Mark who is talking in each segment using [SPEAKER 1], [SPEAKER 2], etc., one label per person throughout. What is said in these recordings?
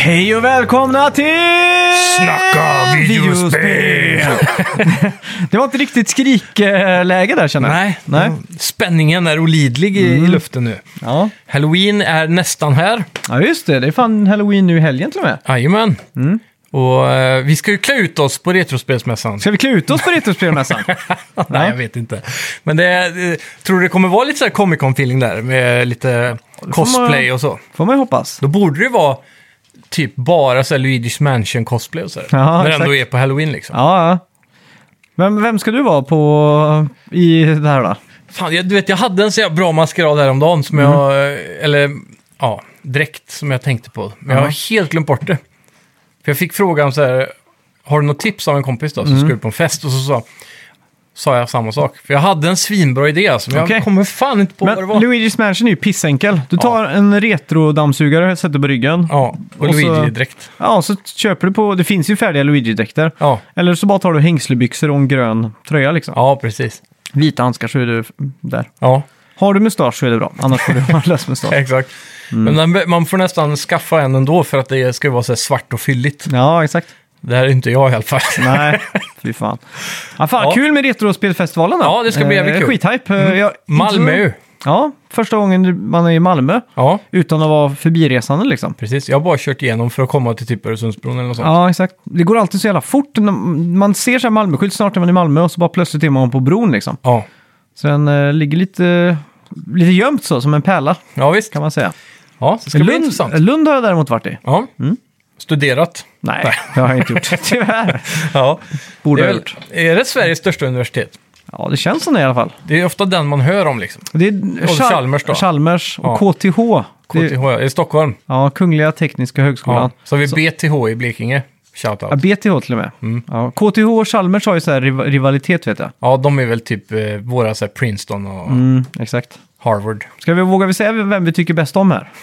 [SPEAKER 1] Hej och välkomna till
[SPEAKER 2] Snacka videospel!
[SPEAKER 1] Det var inte riktigt skrikläge där, känner jag.
[SPEAKER 2] Nej. Spänningen är olidlig i luften nu.
[SPEAKER 1] Ja.
[SPEAKER 2] Halloween är nästan här.
[SPEAKER 1] Ja, just det. Det är fan Halloween nu i helgen till och med.
[SPEAKER 2] Jajamän. Och vi ska ju klä ut oss på Retrospelsmässan.
[SPEAKER 1] Ska vi klä ut oss på Retrospelmässan?
[SPEAKER 2] Nej, jag vet inte. Men tror du det kommer vara lite så här Comic-Con-feeling där med lite cosplay och så?
[SPEAKER 1] Får man ju hoppas.
[SPEAKER 2] Då borde det vara typ bara så här Luigi's Mansion-cosplay och så här.
[SPEAKER 1] Ja,
[SPEAKER 2] när det ändå
[SPEAKER 1] exakt.
[SPEAKER 2] är på Halloween liksom.
[SPEAKER 1] Ja. Vem ska du vara på i det här då?
[SPEAKER 2] Fan, jag hade en så jävla bra maskerad häromdagen som dräkt som jag tänkte på. Men jag har helt glömt bort det. För jag fick frågan så här, har du något tips av en kompis då som skulle på en fest? Och så sa jag samma sak. För jag hade en svinbra idé alltså, men jag kommer fan inte på vad det
[SPEAKER 1] Men
[SPEAKER 2] var.
[SPEAKER 1] Luigi's Mansion är ju pissenkel. Du tar en retro-dammsugare, sätter på ryggen.
[SPEAKER 2] Ja, och Luigi-dräkt.
[SPEAKER 1] Ja, så köper du på... Det finns ju färdiga Luigi-dräkter.
[SPEAKER 2] Ja.
[SPEAKER 1] Eller så bara tar du hängslebyxor och en grön tröja liksom.
[SPEAKER 2] Ja, precis.
[SPEAKER 1] Vita handskar så är du där.
[SPEAKER 2] Ja,
[SPEAKER 1] Har du mustasch så är det bra. Annars får du ha lös mustasch.
[SPEAKER 2] exakt. Men man får nästan skaffa en ändå för att det ska vara så här svart och fylligt.
[SPEAKER 1] Ja, exakt.
[SPEAKER 2] Det här är inte jag i alla fall.
[SPEAKER 1] Nej, fy fan. Ja, fan,
[SPEAKER 2] Ja.
[SPEAKER 1] Kul med Retrospelfestivalen då.
[SPEAKER 2] Ja, det ska bli jävligt kul.
[SPEAKER 1] Skithype.
[SPEAKER 2] Malmö.
[SPEAKER 1] Ja, första gången man är i Malmö.
[SPEAKER 2] Ja,
[SPEAKER 1] Utan att vara förbiresande liksom.
[SPEAKER 2] precis. Jag har bara kört igenom för att komma till typ Öresundsbron eller något sånt.
[SPEAKER 1] Ja, exakt. Det går alltid så jävla fort. Man ser så här Malmöskylt, snart är man i Malmö och så bara plötsligt är man på bron liksom.
[SPEAKER 2] Ja,
[SPEAKER 1] Så den ligger lite gömt så, som en pärla
[SPEAKER 2] ja visst.
[SPEAKER 1] kan man säga.
[SPEAKER 2] Ja, det ska bli intressant.
[SPEAKER 1] Lund har jag däremot varit i.
[SPEAKER 2] Ja. Studerat.
[SPEAKER 1] Nej, det har jag inte gjort. Tyvärr.
[SPEAKER 2] Ja.
[SPEAKER 1] Borde
[SPEAKER 2] Det
[SPEAKER 1] ha
[SPEAKER 2] är,
[SPEAKER 1] gjort.
[SPEAKER 2] är det Sveriges största universitet?
[SPEAKER 1] Ja, det känns som det i alla fall.
[SPEAKER 2] Det är ofta den man hör om liksom.
[SPEAKER 1] Det är
[SPEAKER 2] Chalmers då?
[SPEAKER 1] Chalmers och
[SPEAKER 2] Ja.
[SPEAKER 1] KTH.
[SPEAKER 2] KTH, i Stockholm.
[SPEAKER 1] Ja, Kungliga Tekniska Högskolan.
[SPEAKER 2] Ja. Så har vi BTH i Blekinge. Shoutout.
[SPEAKER 1] Ja, BTH till och med. Ja, KTH och Chalmers har ju så här rivalitet, vet jag.
[SPEAKER 2] Ja, de är väl typ våra så här, Princeton och
[SPEAKER 1] Exakt.
[SPEAKER 2] Harvard.
[SPEAKER 1] Vågar vi säga vem vi tycker bäst om här?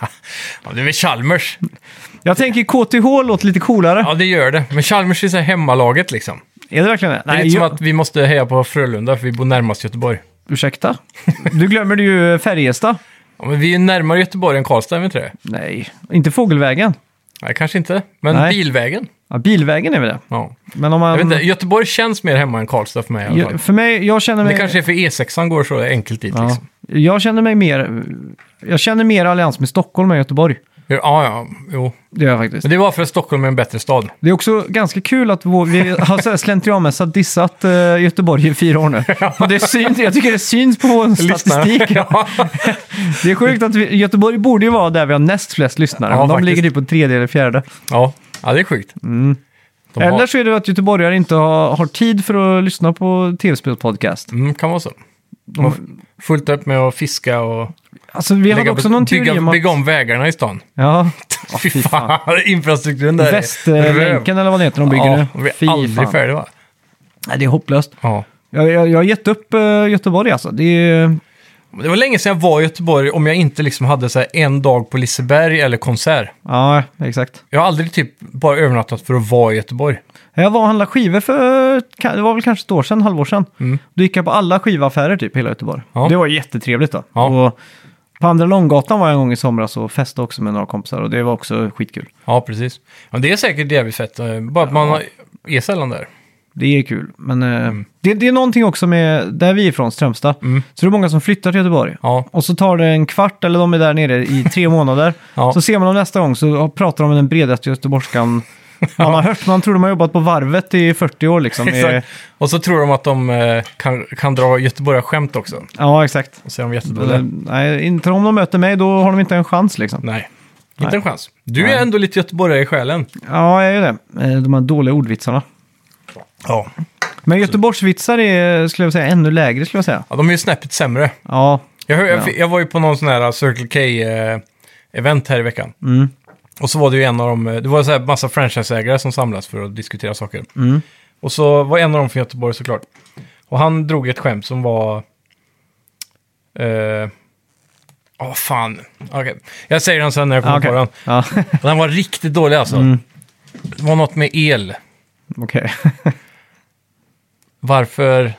[SPEAKER 2] Ja, det är väl Chalmers.
[SPEAKER 1] Jag tänker KTH låter lite coolare.
[SPEAKER 2] Ja, det gör det. Men Chalmers är så här hemmalaget liksom.
[SPEAKER 1] Är det verkligen det?
[SPEAKER 2] Det är lite som att vi måste heja på Frölunda för vi bor närmast Göteborg.
[SPEAKER 1] Ursäkta? Du glömmer ju Färjestad.
[SPEAKER 2] Ja, men vi är närmare Göteborg än Karlstad, är vi inte det?
[SPEAKER 1] Nej, inte Fågelvägen.
[SPEAKER 2] Nej, kanske inte. Men
[SPEAKER 1] Nej.
[SPEAKER 2] Bilvägen.
[SPEAKER 1] Ja, Bilvägen är väl det.
[SPEAKER 2] Ja.
[SPEAKER 1] Men om man...
[SPEAKER 2] Jag vet inte, Göteborg känns mer hemma än Karlstad för mig i alla fall.
[SPEAKER 1] För mig, jag känner mig...
[SPEAKER 2] Det kanske är för E6an går så enkelt dit
[SPEAKER 1] Ja.
[SPEAKER 2] liksom.
[SPEAKER 1] Jag känner mig mer... Jag känner mer allians med Stockholm än Göteborg.
[SPEAKER 2] Ja, jo.
[SPEAKER 1] Det gör jag faktiskt.
[SPEAKER 2] Men det var för att Stockholm är en bättre stad.
[SPEAKER 1] Det är också ganska kul att vi har så här slentrianmässigt dissat Göteborg i 4 år nu. Och det syns, jag tycker det syns på vår statistik.
[SPEAKER 2] Ja.
[SPEAKER 1] Det är sjukt att Göteborg borde ju vara där vi har näst flest lyssnare.
[SPEAKER 2] Ja,
[SPEAKER 1] men de
[SPEAKER 2] faktiskt.
[SPEAKER 1] ligger typ på 3:e eller 4:e.
[SPEAKER 2] Ja, det är sjukt. De
[SPEAKER 1] Eller
[SPEAKER 2] har,
[SPEAKER 1] så är det att göteborgare inte har tid för att lyssna på tv-spelspodcast.
[SPEAKER 2] kan vara så. De har fullt upp med att fiska och
[SPEAKER 1] Alltså vi hade också någon teori om att...
[SPEAKER 2] bygga om vägarna i stan.
[SPEAKER 1] Ja,
[SPEAKER 2] Fy fan, infrastrukturen där.
[SPEAKER 1] Västlänken eller vad det heter de bygger nu.
[SPEAKER 2] Ja, vi
[SPEAKER 1] Fy
[SPEAKER 2] är aldrig
[SPEAKER 1] fan.
[SPEAKER 2] färdiga va?
[SPEAKER 1] Nej, det är hopplöst.
[SPEAKER 2] Ja.
[SPEAKER 1] Jag har gett upp Göteborg alltså. Det är...
[SPEAKER 2] Det var länge sedan jag var i Göteborg om jag inte liksom hade så här en dag på Liseberg eller konsert.
[SPEAKER 1] Ja, exakt.
[SPEAKER 2] Jag har aldrig typ bara övernattat för att vara i Göteborg.
[SPEAKER 1] Jag var och handlade skivor det var väl kanske ett år sedan, halvår sedan. Då gick jag på alla skivaffärer typ hela Göteborg.
[SPEAKER 2] Ja.
[SPEAKER 1] Det var jättetrevligt då.
[SPEAKER 2] Ja.
[SPEAKER 1] Och på Andra Långgatan var jag en gång i somras och festade också med några kompisar och det var också skitkul.
[SPEAKER 2] Ja, precis. Ja, det är säkert jävligt fett. Bara att man är sällan där.
[SPEAKER 1] Det är kul, men det är någonting också med där vi är ifrån, Strömstad. Så det är många som flyttar till Göteborg.
[SPEAKER 2] Ja.
[SPEAKER 1] Och så tar det en kvart eller de är där nere i 3 månader.
[SPEAKER 2] Ja.
[SPEAKER 1] Så ser man dem nästa gång så pratar de om den bredaste göteborgskan man har hört. Man tror de har jobbat på varvet i 40 år liksom.
[SPEAKER 2] Exakt. Och så tror de att de kan dra Göteborg-skämt också.
[SPEAKER 1] Ja, exakt.
[SPEAKER 2] Och så är de jättedåliga.
[SPEAKER 1] Nej, inte om de möter mig, då har de inte en chans liksom.
[SPEAKER 2] Nej, inte en chans. Du är ändå lite göteborgare i själen.
[SPEAKER 1] Ja, jag är det. De här dåliga ordvitsarna.
[SPEAKER 2] Ja.
[SPEAKER 1] Men Göteborgsvitsar är, skulle jag säga, ännu lägre skulle jag säga.
[SPEAKER 2] Ja, de är ju snäppet sämre.
[SPEAKER 1] Ja.
[SPEAKER 2] Jag var ju på någon sån här Circle K-event här i veckan. Och så var det ju en av dem, det var så här massa franchiseägare som samlas för att diskutera saker. Och så var en av dem från Göteborg såklart. Och han drog ett skämt som var... fan. Okay. Jag säger den sen när jag kommer på den.
[SPEAKER 1] Ja.
[SPEAKER 2] Den var riktigt dålig alltså. Det var något med el.
[SPEAKER 1] Okej.
[SPEAKER 2] Varför...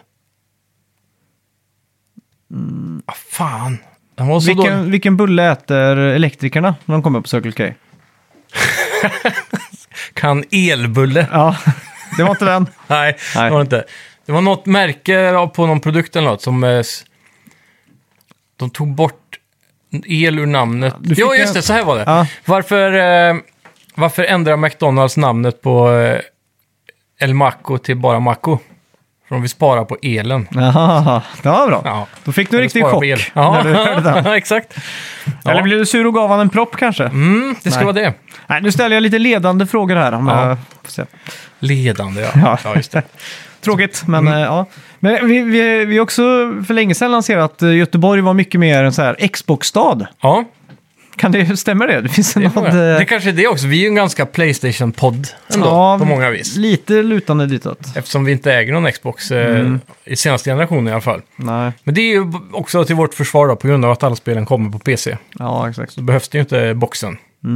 [SPEAKER 2] fan. Den var så dålig.
[SPEAKER 1] Vilken bulle äter elektrikerna när de kommer på Circle K?
[SPEAKER 2] Kan elbulle.
[SPEAKER 1] Ja, det var inte den.
[SPEAKER 2] Nej, det var det inte. Det var något märke på någon produkt eller något som de tog bort el ur namnet. Jo, just det, så här var det.
[SPEAKER 1] Ja.
[SPEAKER 2] Varför ändrar McDonalds namnet på El Maco till bara Maco? För de vill spara på elen.
[SPEAKER 1] Jaha, det var bra.
[SPEAKER 2] Ja.
[SPEAKER 1] Då fick du en riktig
[SPEAKER 2] Spara
[SPEAKER 1] chock
[SPEAKER 2] på el. Ja,
[SPEAKER 1] när du hörde det.
[SPEAKER 2] exakt. Ja.
[SPEAKER 1] Eller blev du sur och gav han en propp kanske?
[SPEAKER 2] Det ska
[SPEAKER 1] Nej.
[SPEAKER 2] vara det.
[SPEAKER 1] Nej, nu ställer jag lite ledande frågor här. Om
[SPEAKER 2] Ja.
[SPEAKER 1] jag får se.
[SPEAKER 2] Ledande, ja.
[SPEAKER 1] Ja.
[SPEAKER 2] Ja, just det.
[SPEAKER 1] Tråkigt, men ja. Men vi har också för länge sedan lanserat att Göteborg var mycket mer en så här Xbox-stad.
[SPEAKER 2] Ja,
[SPEAKER 1] Stämmer det? Det finns en
[SPEAKER 2] det, det kanske är det också. Vi är ju en ganska PlayStation-podd ändå, på många vis.
[SPEAKER 1] Lite lutande ditåt.
[SPEAKER 2] Eftersom vi inte äger någon Xbox i senaste generationen i alla fall.
[SPEAKER 1] Nej,
[SPEAKER 2] Men det är ju också till vårt försvar då, på grund av att alla spelen kommer på PC.
[SPEAKER 1] ja exakt.
[SPEAKER 2] Så behövs det ju inte boxen.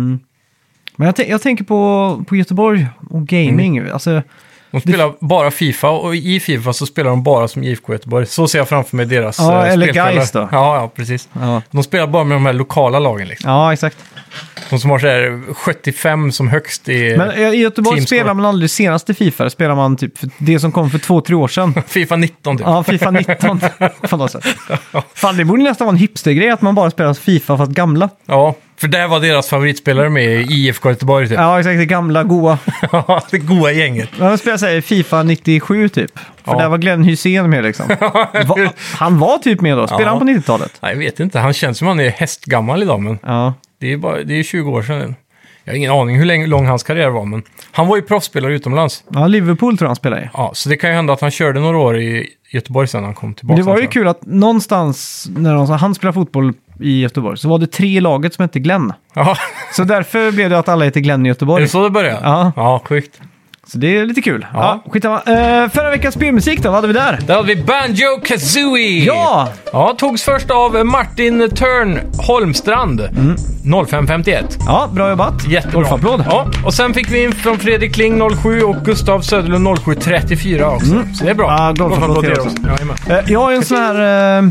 [SPEAKER 1] Men jag tänker på Göteborg och gaming. Alltså,
[SPEAKER 2] De spelar bara FIFA och i FIFA så spelar de bara som IFK Göteborg. Så ser jag framför mig deras
[SPEAKER 1] Ja, eller
[SPEAKER 2] spelkvällar.
[SPEAKER 1] Gais då.
[SPEAKER 2] Ja, precis.
[SPEAKER 1] ja.
[SPEAKER 2] De spelar bara med de här lokala lagen liksom.
[SPEAKER 1] Ja, exakt.
[SPEAKER 2] De som har så här 75 som högst i
[SPEAKER 1] Men i Göteborg
[SPEAKER 2] Teamscore.
[SPEAKER 1] spelar man aldrig senaste FIFA. Spelar man typ det som kom för 2-3 år sedan.
[SPEAKER 2] FIFA 19 typ.
[SPEAKER 1] Ja, FIFA 19 på något sätt. Fan, det borde nästan vara en hipstergrej att man bara spelar FIFA fast gamla.
[SPEAKER 2] Ja, för där var deras favoritspelare med i IFK Göteborg typ.
[SPEAKER 1] Ja, exakt. Det gamla, goa.
[SPEAKER 2] Det goa gänget.
[SPEAKER 1] Jag spelar säga FIFA 97 typ. För
[SPEAKER 2] Ja.
[SPEAKER 1] där var Glenn Hysén med liksom. Han var typ med då. Spelade
[SPEAKER 2] Ja.
[SPEAKER 1] han på 90-talet?
[SPEAKER 2] Nej, jag vet inte. Han känns som han är hästgammal idag, men
[SPEAKER 1] Ja.
[SPEAKER 2] det är 20 år sedan. Jag har ingen aning hur lång hans karriär var, men han var ju proffsspelare utomlands.
[SPEAKER 1] Ja, Liverpool tror jag han spelade i.
[SPEAKER 2] Ja, så det kan ju hända att han körde några år i Göteborg sen han kom tillbaka.
[SPEAKER 1] Det var ju kul att någonstans när han spelade fotboll i Göteborg så var det 3 i laget som hette Glenn.
[SPEAKER 2] Ja,
[SPEAKER 1] Så därför blev det att alla heter Glenn i
[SPEAKER 2] är
[SPEAKER 1] Göteborg.
[SPEAKER 2] det så det började?
[SPEAKER 1] Ja.
[SPEAKER 2] Ja, sjukt.
[SPEAKER 1] Så det är lite kul.
[SPEAKER 2] Ja.
[SPEAKER 1] Ja, skitsamma. Förra veckans spelmusik då, vad hade vi där?
[SPEAKER 2] Där hade vi Banjo-Kazooie!
[SPEAKER 1] Ja!
[SPEAKER 2] Ja, togs först av Martin Törn Holmstrand. 0551.
[SPEAKER 1] Ja, bra jobbat.
[SPEAKER 2] Jättebra.
[SPEAKER 1] Golfapplåd.
[SPEAKER 2] Ja, och sen fick vi in från Fredrik Kling 07 och Gustav Söderlund 0734 också. Så det är bra.
[SPEAKER 1] Ja, golfapplåd till er också.
[SPEAKER 2] Jajamän.
[SPEAKER 1] Jag har en sån här...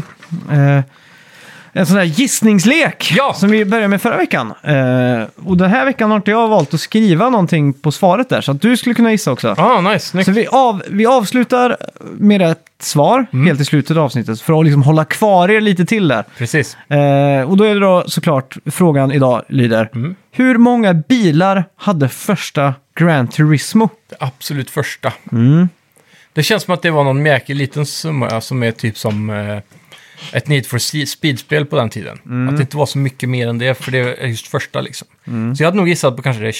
[SPEAKER 1] en sån här gissningslek
[SPEAKER 2] Ja.
[SPEAKER 1] som vi började med förra veckan. Och den här veckan har inte jag valt att skriva någonting på svaret där, så att du skulle kunna gissa också.
[SPEAKER 2] Nice. Snyggt.
[SPEAKER 1] Så vi avslutar med ett svar helt i slutet av avsnittet för att liksom hålla kvar er lite till där.
[SPEAKER 2] Precis.
[SPEAKER 1] Och då är det då såklart frågan idag lyder: hur många bilar hade första Gran Turismo?
[SPEAKER 2] Det absolut första. Det känns som att det var någon mjäkig liten summa som är typ som ett Need for Speed-spel på den tiden. Att det inte var så mycket mer än det, för det är just första liksom. Så jag hade nog gissat på kanske det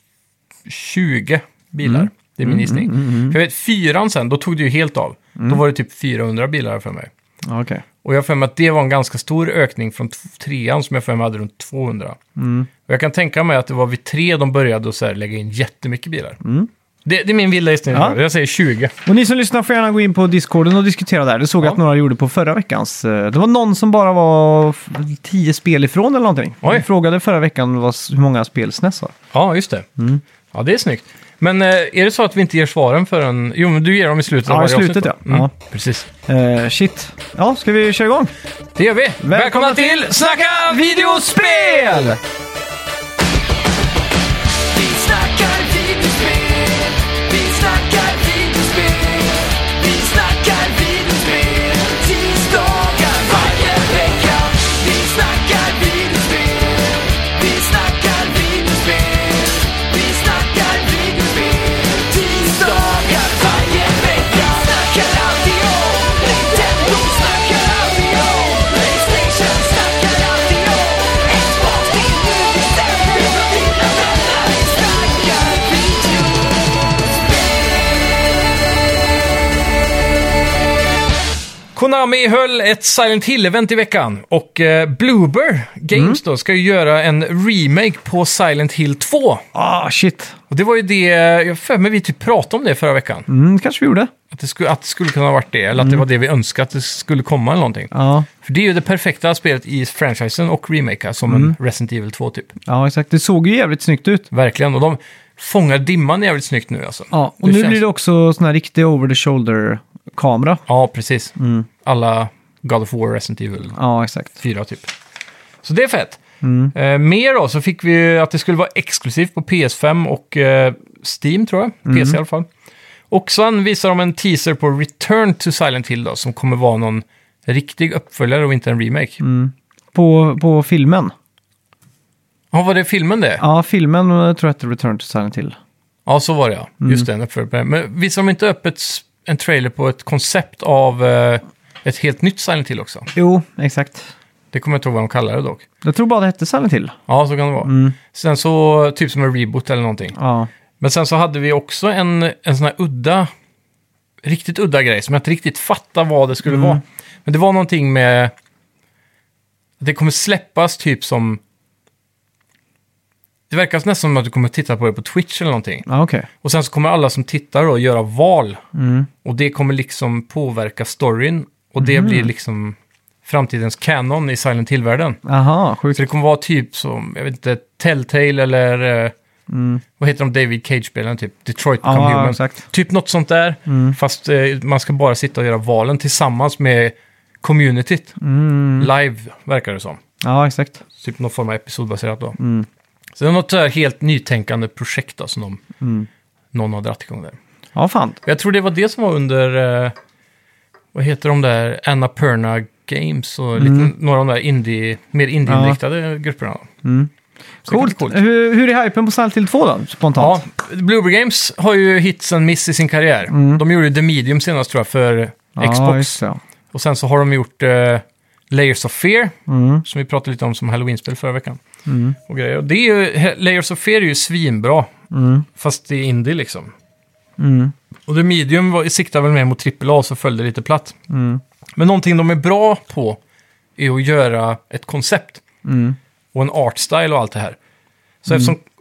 [SPEAKER 2] 20 bilar. Det är min gissning. För jag vet, 4 sen, då tog det ju helt av. Då var det typ 400 bilar för mig.
[SPEAKER 1] Okej.
[SPEAKER 2] Och jag har för mig att det var en ganska stor ökning från 3an som jag för mig hade runt 200. Och jag kan tänka mig att det var vid 3 de började att så här lägga in jättemycket bilar. Det är min vilda gissning.
[SPEAKER 1] Ja.
[SPEAKER 2] Jag säger 20.
[SPEAKER 1] Och ni som lyssnar får gärna gå in på Discorden och diskutera där. Det såg jag att några gjorde på förra veckans. Det var någon som bara var 10 spel ifrån eller någonting.
[SPEAKER 2] Oj.
[SPEAKER 1] Jag frågade förra veckan hur många spel SNES har.
[SPEAKER 2] Ja, just det. Ja, det är snyggt. Men är det så att vi inte ger svaren förrän... Jo, men du ger dem i slutet av
[SPEAKER 1] Ja, i
[SPEAKER 2] varje
[SPEAKER 1] slutet
[SPEAKER 2] avsnitt,
[SPEAKER 1] ja.
[SPEAKER 2] va?
[SPEAKER 1] Ja.
[SPEAKER 2] Precis.
[SPEAKER 1] Shit. Ja, ska vi köra igång?
[SPEAKER 2] Det gör vi. Välkomna till Snacka videospel!
[SPEAKER 3] Vi snackar videospel, vi snackar videospel, vi snackar videospel, tisdagar varje vecka. Vi snackar videospel, vi snackar videospel, vi snackar videospel, tisdagar varje vecka. Snackar alltid om Nintendo, snackar alltid om PlayStation, snackar alltid om Xbox, till nu bestämmer och dina vänner. Vi snackar videospel.
[SPEAKER 2] Konami höll ett Silent Hill-event i veckan. Och Bloober Games då ska ju göra en remake på Silent Hill 2.
[SPEAKER 1] Shit.
[SPEAKER 2] Och det var ju det... Jag för mig vi typ pratade om det förra veckan.
[SPEAKER 1] Kanske vi gjorde.
[SPEAKER 2] Att det skulle kunna ha varit det. Eller att det var det vi önskade att det skulle komma eller någonting.
[SPEAKER 1] Ja.
[SPEAKER 2] För det är ju det perfekta spelet i franchisen och remake som en Resident Evil 2 typ.
[SPEAKER 1] Ja, exakt. Det såg ju jävligt snyggt ut.
[SPEAKER 2] Verkligen. Och de fångar dimman jävligt snyggt nu alltså.
[SPEAKER 1] Ja, och
[SPEAKER 2] Det
[SPEAKER 1] nu
[SPEAKER 2] känns-
[SPEAKER 1] blir det också sån här riktig over-the-shoulder-kamera.
[SPEAKER 2] Ja, precis. Alla God of War, Resident Evil
[SPEAKER 1] Ja, exakt.
[SPEAKER 2] 4 typ. Så det är fett. Mer då så fick vi att det skulle vara exklusivt på PS5 och Steam tror jag. PC i alla fall. Och sen visar de en teaser på Return to Silent Hill då, som kommer vara någon riktig uppföljare och inte en remake.
[SPEAKER 1] På filmen.
[SPEAKER 2] Ja, var det filmen det?
[SPEAKER 1] Ja, filmen tror jag att Return to Silent Hill.
[SPEAKER 2] Ja, så var det ja. Just det, en uppföljare. Men visar de inte upp en trailer på ett koncept av ett helt nytt Silent Hill också?
[SPEAKER 1] Jo, exakt.
[SPEAKER 2] Det kommer jag inte ihåg vad de kallar det dock.
[SPEAKER 1] Jag tror bara det hette Silent Hill.
[SPEAKER 2] Ja, så kan det vara. Sen så, typ som en reboot eller någonting.
[SPEAKER 1] Ja.
[SPEAKER 2] Men sen så hade vi också en sån här riktigt udda grej som jag inte riktigt fattar vad det skulle vara. Men det var någonting med att det kommer släppas typ som... Det verkar nästan som att du kommer titta på det på Twitch eller någonting.
[SPEAKER 1] Ja, okej.
[SPEAKER 2] Och sen så kommer alla som tittar då göra val. Och det kommer liksom påverka storyn. Och det blir liksom framtidens canon i Silent Hill-världen.
[SPEAKER 1] Aha, sjukt.
[SPEAKER 2] Så det kommer vara typ som, jag vet inte, Telltale eller... Vad heter de David Cage-spelen? Typ Detroit Become Human.
[SPEAKER 1] Exakt.
[SPEAKER 2] Typ något sånt där. Fast man ska bara sitta och göra valen tillsammans med communityt. Live, verkar det som.
[SPEAKER 1] Ja, exakt.
[SPEAKER 2] Typ någon form av episodbaserat då. Så det är något där helt nytänkande projekt då, som någon har dratt igång där.
[SPEAKER 1] Ja, fan.
[SPEAKER 2] Jag tror det var det som var under, vad heter de där, Annapurna Games och några av de där mer indie-inriktade grupperna.
[SPEAKER 1] Coolt. Hur är hypen på Silent Hill 2 då, spontant?
[SPEAKER 2] Ja, Bloober Games har ju hits and miss i sin karriär. De gjorde The Medium senast tror jag för Xbox.
[SPEAKER 1] Just det.
[SPEAKER 2] Och sen så har de gjort Layers of Fear, som vi pratade lite om som Halloween-spel förra veckan. Och grejer. Och det är ju, Layers of Fear är ju svinbra, fast det är indie liksom. Och The Medium siktar väl mer mot AAA, så följde lite platt. Men någonting de är bra på är att göra ett koncept. Och en artstyle och allt det här. Så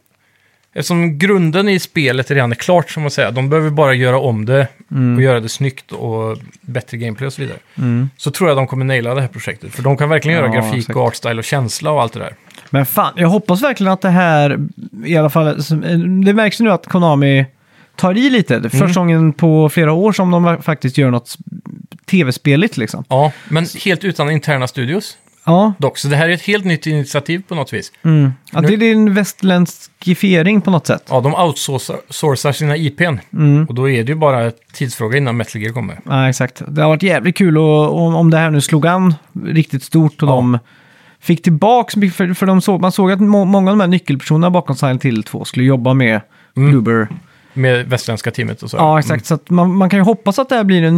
[SPEAKER 2] eftersom grunden i spelet redan är klart, som man säger, de behöver bara göra om det och göra det snyggt och bättre gameplay och så vidare. Så tror jag de kommer naila det här projektet. För de kan verkligen göra grafik
[SPEAKER 1] exakt.
[SPEAKER 2] och artstyle och känsla och allt det där.
[SPEAKER 1] Men fan, jag hoppas verkligen att det här, i alla fall, det märks ju nu att Konami tar i lite. Det är första gången på flera år som de faktiskt gör något tv-speligt liksom.
[SPEAKER 2] Ja, men helt utan interna studios.
[SPEAKER 1] Ja.
[SPEAKER 2] Dock, så det här är ett helt nytt initiativ på något vis.
[SPEAKER 1] Ja, det är en västländskifiering på något sätt.
[SPEAKER 2] Ja, de outsourcar sina IPn. Och då är det ju bara en tidsfråga innan Metal Gear kommer.
[SPEAKER 1] Ja, exakt. Det har varit jävligt kul om det här nu slog an riktigt stort och de fick tillbaks, för man såg att många av de här nyckelpersonerna bakom Silent Hill 2 skulle jobba med Bloober.
[SPEAKER 2] Med västländska teamet och så.
[SPEAKER 1] Ja, exakt. Så att man kan ju hoppas att det här blir en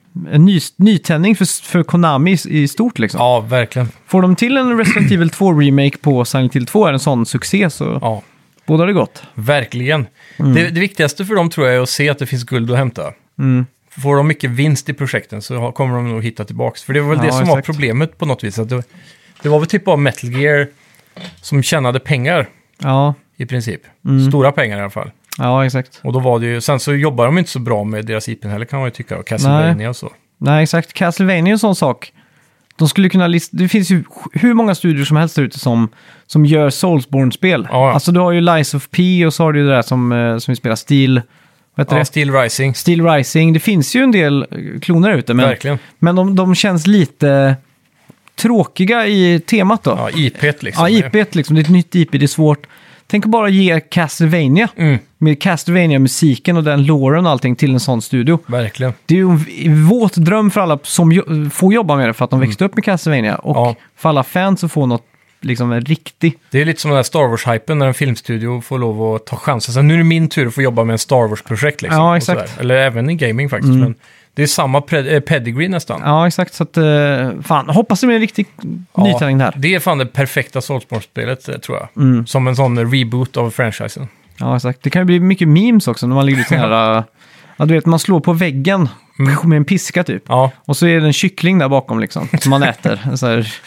[SPEAKER 1] nytändning för Konami i stort liksom.
[SPEAKER 2] Ja, verkligen.
[SPEAKER 1] Får de till en Resident Evil 2-remake på Silent Hill 2 är en sån succé, så båda det gott.
[SPEAKER 2] Verkligen. Det viktigaste för dem tror jag är att se att det finns guld att hämta. Får de mycket vinst i projekten så kommer de nog hitta tillbaks. För det var väl det som var problemet på något vis. Att det var väl typ av Metal Gear som tjänade pengar i princip. Stora pengar i alla fall.
[SPEAKER 1] Ja, exakt.
[SPEAKER 2] Och då var det ju, sen så jobbar de inte så bra med deras IPn heller, kan man ju tycka, och Castlevania och så.
[SPEAKER 1] Nej, exakt. Castlevania är en sån sak. De skulle kunna det finns ju hur många studier som helst där ute som gör Soulsborne-spel.
[SPEAKER 2] Ja.
[SPEAKER 1] Alltså du har ju Lies of P och så har du ju det där som vi spelar Steel. Vad heter det?
[SPEAKER 2] Steel Rising.
[SPEAKER 1] Steel Rising. Det finns ju en del kloner ute.
[SPEAKER 2] Verkligen.
[SPEAKER 1] Men de känns lite tråkiga i temat då.
[SPEAKER 2] Ja, IP:t liksom.
[SPEAKER 1] Ja, IP:t liksom. Det är ett nytt IP, det är svårt. Tänk att bara ge Castlevania med Castlevania-musiken och den loren och allting till en sån studio.
[SPEAKER 2] Verkligen.
[SPEAKER 1] Det är ju en våt dröm för alla som får jobba med det, för att de växte upp med Castlevania. Och för alla fans att få något, liksom en riktig...
[SPEAKER 2] Det är lite som den här Star Wars-hypen när en filmstudio får lov att ta chansen. Så nu är det min tur att få jobba med en Star Wars-projekt. Liksom,
[SPEAKER 1] ja, exakt.
[SPEAKER 2] Eller även i gaming faktiskt. Men det är samma pedigree nästan.
[SPEAKER 1] Ja, exakt. Så att, fan, hoppas det blir en riktig nytändning här.
[SPEAKER 2] Det är fan det perfekta Soulsborne-spelet, tror jag. Som en sån reboot av franchisen.
[SPEAKER 1] Ja, exakt. Det kan ju bli mycket memes också när man ligger så här... Ja, du vet, man slår på väggen med en piska typ. Ja. Och så är det en kyckling där bakom liksom, som man äter. Så här.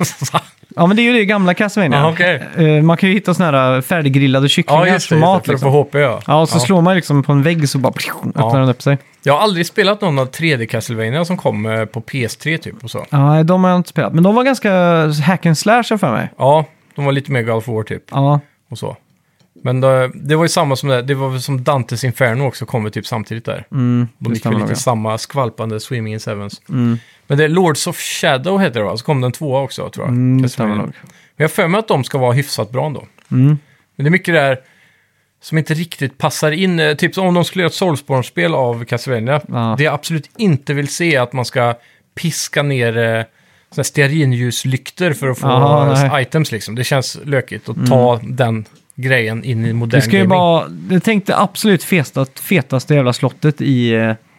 [SPEAKER 1] Ja, men det är ju det gamla Castlevania.
[SPEAKER 2] Okay.
[SPEAKER 1] Man kan ju hitta såna här färdiggrillade kycklingar som mat.
[SPEAKER 2] För att få HP,
[SPEAKER 1] ja, och så slår man liksom på en vägg så bara öppnar den upp sig.
[SPEAKER 2] Jag har aldrig spelat någon av 3D Castlevania som kom på PS3 typ och så.
[SPEAKER 1] Ja, de har jag inte spelat. Men de var ganska hack and slash för mig.
[SPEAKER 2] Ja, de var lite mer God of War typ.
[SPEAKER 1] Ja.
[SPEAKER 2] Och så. Men det var ju samma som det var väl som Dantes Inferno också kommer typ samtidigt där. De gick väl lite samma skvalpande Swimming in Sevens. Men det är Lords of Shadow heter det va? Så kom den 2 också tror jag.
[SPEAKER 1] Det stämmer nog.
[SPEAKER 2] Men jag för mig att de ska vara hyfsat bra ändå. Men det är mycket där som inte riktigt passar in. Typ om de skulle göra ett Soulsborne-spel av Castlevania. Det jag absolut inte vill se är att man ska piska ner stearinljuslyktor för att få items liksom. Det känns lökigt att ta den grejen in i modern
[SPEAKER 1] det ska
[SPEAKER 2] gaming.
[SPEAKER 1] Jag tänkte absolut fetaste jävla slottet i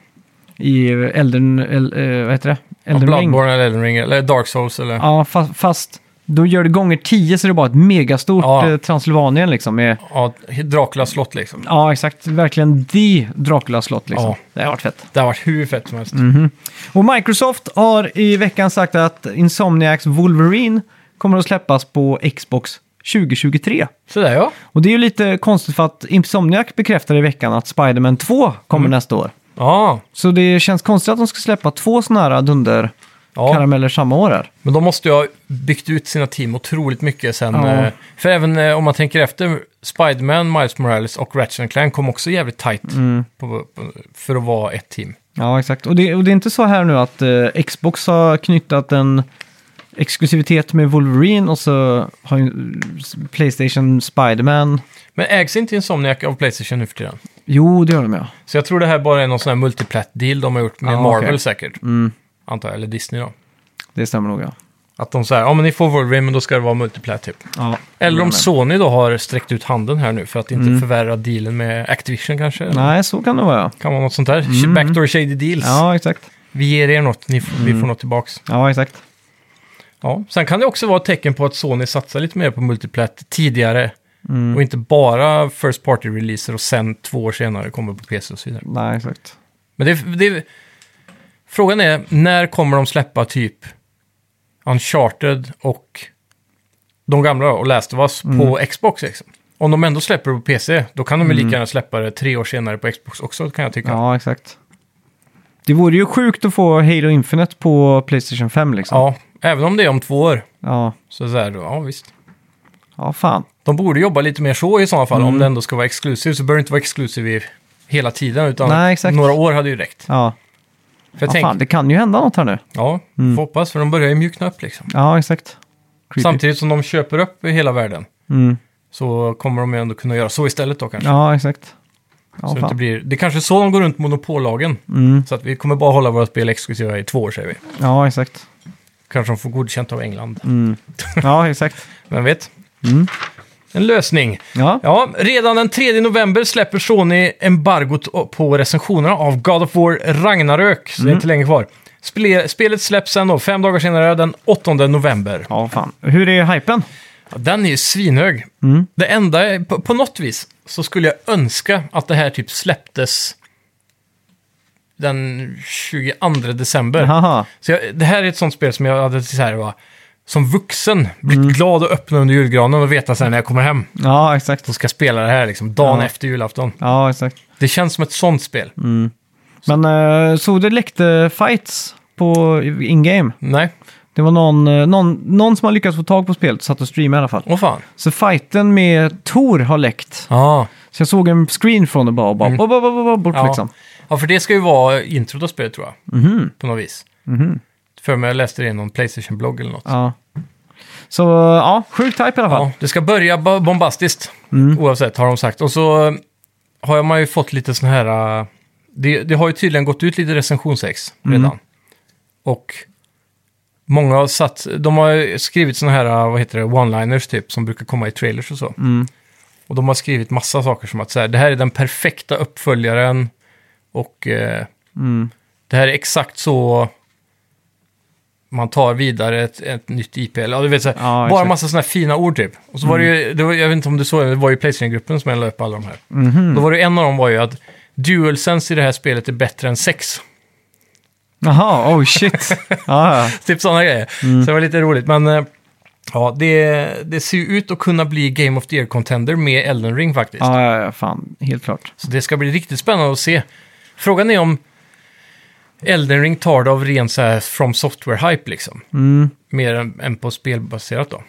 [SPEAKER 1] Elden Ring.
[SPEAKER 2] Bloodborne eller Elden Ring eller Dark Souls eller...
[SPEAKER 1] Ja, fast då gör det gånger 10 så är det bara ett megastort Transylvanien liksom. Med...
[SPEAKER 2] Ja, Dracula slott liksom.
[SPEAKER 1] Ja, exakt. Verkligen Dracula slott liksom. Ja. Det har varit fett.
[SPEAKER 2] Det har varit hur fett som helst.
[SPEAKER 1] Och Microsoft har i veckan sagt att Insomniacs Wolverine kommer att släppas på Xbox 2023.
[SPEAKER 2] Så där ja.
[SPEAKER 1] Och det är ju lite konstigt för att Insomniac bekräftade i veckan att Spider-Man 2 kommer nästa år.
[SPEAKER 2] Ja.
[SPEAKER 1] Så det känns konstigt att de ska släppa 2 såna här karameller samma år här.
[SPEAKER 2] Men de måste ju ha byggt ut sina team otroligt mycket sen. För även om man tänker efter, Spider-Man, Miles Morales och Ratchet & Clank kom också jävligt tight för att vara ett team.
[SPEAKER 1] Ja, exakt. Och det är inte så här nu att Xbox har knyttat en exklusivitet med Wolverine och så har ju PlayStation Spider-Man.
[SPEAKER 2] Men ägs inte Insomniac av PlayStation nu för tiden?
[SPEAKER 1] Jo, det gör de ja.
[SPEAKER 2] Så jag tror det här bara är någon sån här multiplat-deal de har gjort med Marvel säkert. Antar jag, eller Disney då.
[SPEAKER 1] Det stämmer nog ja.
[SPEAKER 2] Att de säger, men ni får Wolverine men då ska det vara multiplat typ.
[SPEAKER 1] Ja,
[SPEAKER 2] eller om Sony då har sträckt ut handen här nu för att inte förvärra dealen med Activision kanske.
[SPEAKER 1] Nej, så kan det vara ja.
[SPEAKER 2] Kan vara något sånt där. Backdoor shady deals.
[SPEAKER 1] Ja, exakt.
[SPEAKER 2] Vi ger er något, vi får något tillbaks.
[SPEAKER 1] Ja, exakt.
[SPEAKER 2] Ja, sen kan det också vara ett tecken på att Sony satsar lite mer på multiplat tidigare. Och inte bara first party-releaser och sen 2 år senare kommer på PC och så vidare.
[SPEAKER 1] Nej, exakt.
[SPEAKER 2] Men frågan är, när kommer de släppa typ Uncharted och de gamla och Last of Us på Xbox liksom? Om de ändå släpper på PC, då kan de ju lika gärna släppa det 3 år senare på Xbox också, kan jag tycka.
[SPEAKER 1] Ja, exakt. Det vore ju sjukt att få Halo Infinite på PlayStation 5 liksom.
[SPEAKER 2] Ja, även om det är om 2 år.
[SPEAKER 1] Ja.
[SPEAKER 2] Så här då, ja visst.
[SPEAKER 1] Ja, fan.
[SPEAKER 2] De borde jobba lite mer så i sådana fall. Om det ändå ska vara exklusiv så bör det inte vara exklusiv hela tiden. Utan några år hade ju räckt.
[SPEAKER 1] Ja.
[SPEAKER 2] För
[SPEAKER 1] fan, det kan ju hända något här nu.
[SPEAKER 2] Ja, får hoppas. För de börjar ju mjukna upp liksom.
[SPEAKER 1] Ja, exakt. Creepy.
[SPEAKER 2] Samtidigt som de köper upp i hela världen. Så kommer de ju ändå kunna göra så istället då kanske.
[SPEAKER 1] Ja, exakt. Ja,
[SPEAKER 2] så det, inte blir, det är kanske så de går runt monopollagen. Så att vi kommer bara hålla våra spel exklusiva i 2 år säger vi.
[SPEAKER 1] Ja, exakt.
[SPEAKER 2] Kanske de får godkänt av England.
[SPEAKER 1] Ja, exakt.
[SPEAKER 2] Vem vet? En lösning.
[SPEAKER 1] Ja,
[SPEAKER 2] redan den 3 november släpper Sony embargot på recensionerna av God of War Ragnarök. Så det är inte länge kvar. Spelet släpps sen då 5 dagar senare, den 8 november.
[SPEAKER 1] Ja, fan. Hur är hypen?
[SPEAKER 2] Ja, den är ju svinhög. Det enda är, på något vis så skulle jag önska att det här typ släpptes den 22 december.
[SPEAKER 1] Aha.
[SPEAKER 2] Så det här är ett sånt spel som jag hade så här, som vuxen blivit glad att öppna under julgranen och veta sen när jag kommer hem.
[SPEAKER 1] Ja, exakt.
[SPEAKER 2] Så ska jag spela det här liksom dagen efter julafton.
[SPEAKER 1] Ja, exakt.
[SPEAKER 2] Det känns som ett sånt spel.
[SPEAKER 1] Men så det läckte fights på in-game?
[SPEAKER 2] Nej.
[SPEAKER 1] Det var någon som har lyckats få tag på spelet och satt och streamade i alla fall.
[SPEAKER 2] Åh fan.
[SPEAKER 1] Så fighten med Thor har läckt.
[SPEAKER 2] Ja.
[SPEAKER 1] Så jag såg en screen från det bara bort liksom.
[SPEAKER 2] Ja, för det ska ju vara introt av spelet tror jag. På något vis. För mig jag läste det i någon PlayStation-blogg eller något.
[SPEAKER 1] Ja. Så ja, sjukt type i alla fall.
[SPEAKER 2] Ja, det ska börja bombastiskt. Oavsett har de sagt. Och så har man ju fått lite sån här... Det har ju tydligen gått ut lite recensionsex redan. Och många har de har skrivit såna här, vad heter det, one-liners typ, som brukar komma i trailers och så. Och de har skrivit massa saker som att så här, det här är den perfekta uppföljaren och det här är exakt så man tar vidare ett nytt IP. Ja, du vet, så här, bara massa såna här fina ord typ. Och så var det ju, jag vet inte om du såg, det var ju PlayStation-gruppen som la upp alla de här. Då var det en av dem var ju att DualSense i det här spelet är bättre än sex.
[SPEAKER 1] Jaha, oh shit.
[SPEAKER 2] Typ sådana grejer. Så det var lite roligt. Men ja, det ser ju ut att kunna bli Game of the Year-contender med Elden Ring faktiskt.
[SPEAKER 1] Ja, fan. Helt klart.
[SPEAKER 2] Så det ska bli riktigt spännande att se. Frågan är om Elden Ring tar det av ren så här From Software-hype liksom. Mer än på spelbaserat då.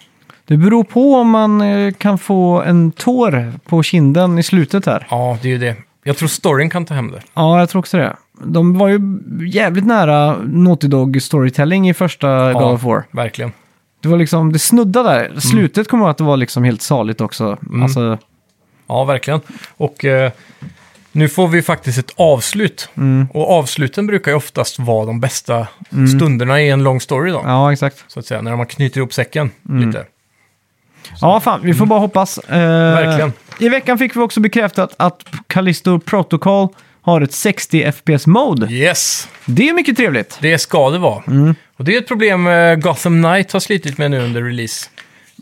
[SPEAKER 1] Det beror på om man kan få en tår på kinden i slutet här.
[SPEAKER 2] Ja, det är ju det. Jag tror storyn kan ta hem det.
[SPEAKER 1] Ja, jag tror också det. De var ju jävligt nära Naughty Dog storytelling i första God of War.
[SPEAKER 2] Verkligen.
[SPEAKER 1] Det var liksom, det snuddade där. Slutet kommer att det var liksom helt saligt också. Alltså,
[SPEAKER 2] ja, verkligen. Och nu får vi faktiskt ett avslut. Och avsluten brukar ju oftast vara de bästa stunderna i en lång story då.
[SPEAKER 1] ja, exakt.
[SPEAKER 2] Så att säga, när man knyter ihop säcken lite.
[SPEAKER 1] Ja, fan, vi får bara hoppas.
[SPEAKER 2] Verkligen.
[SPEAKER 1] I veckan fick vi också bekräftat att Callisto Protocol har ett 60 FPS-mode.
[SPEAKER 2] Yes!
[SPEAKER 1] Det är mycket trevligt.
[SPEAKER 2] Det ska det vara. Och det är ett problem Gotham Knight har slitit med nu under release.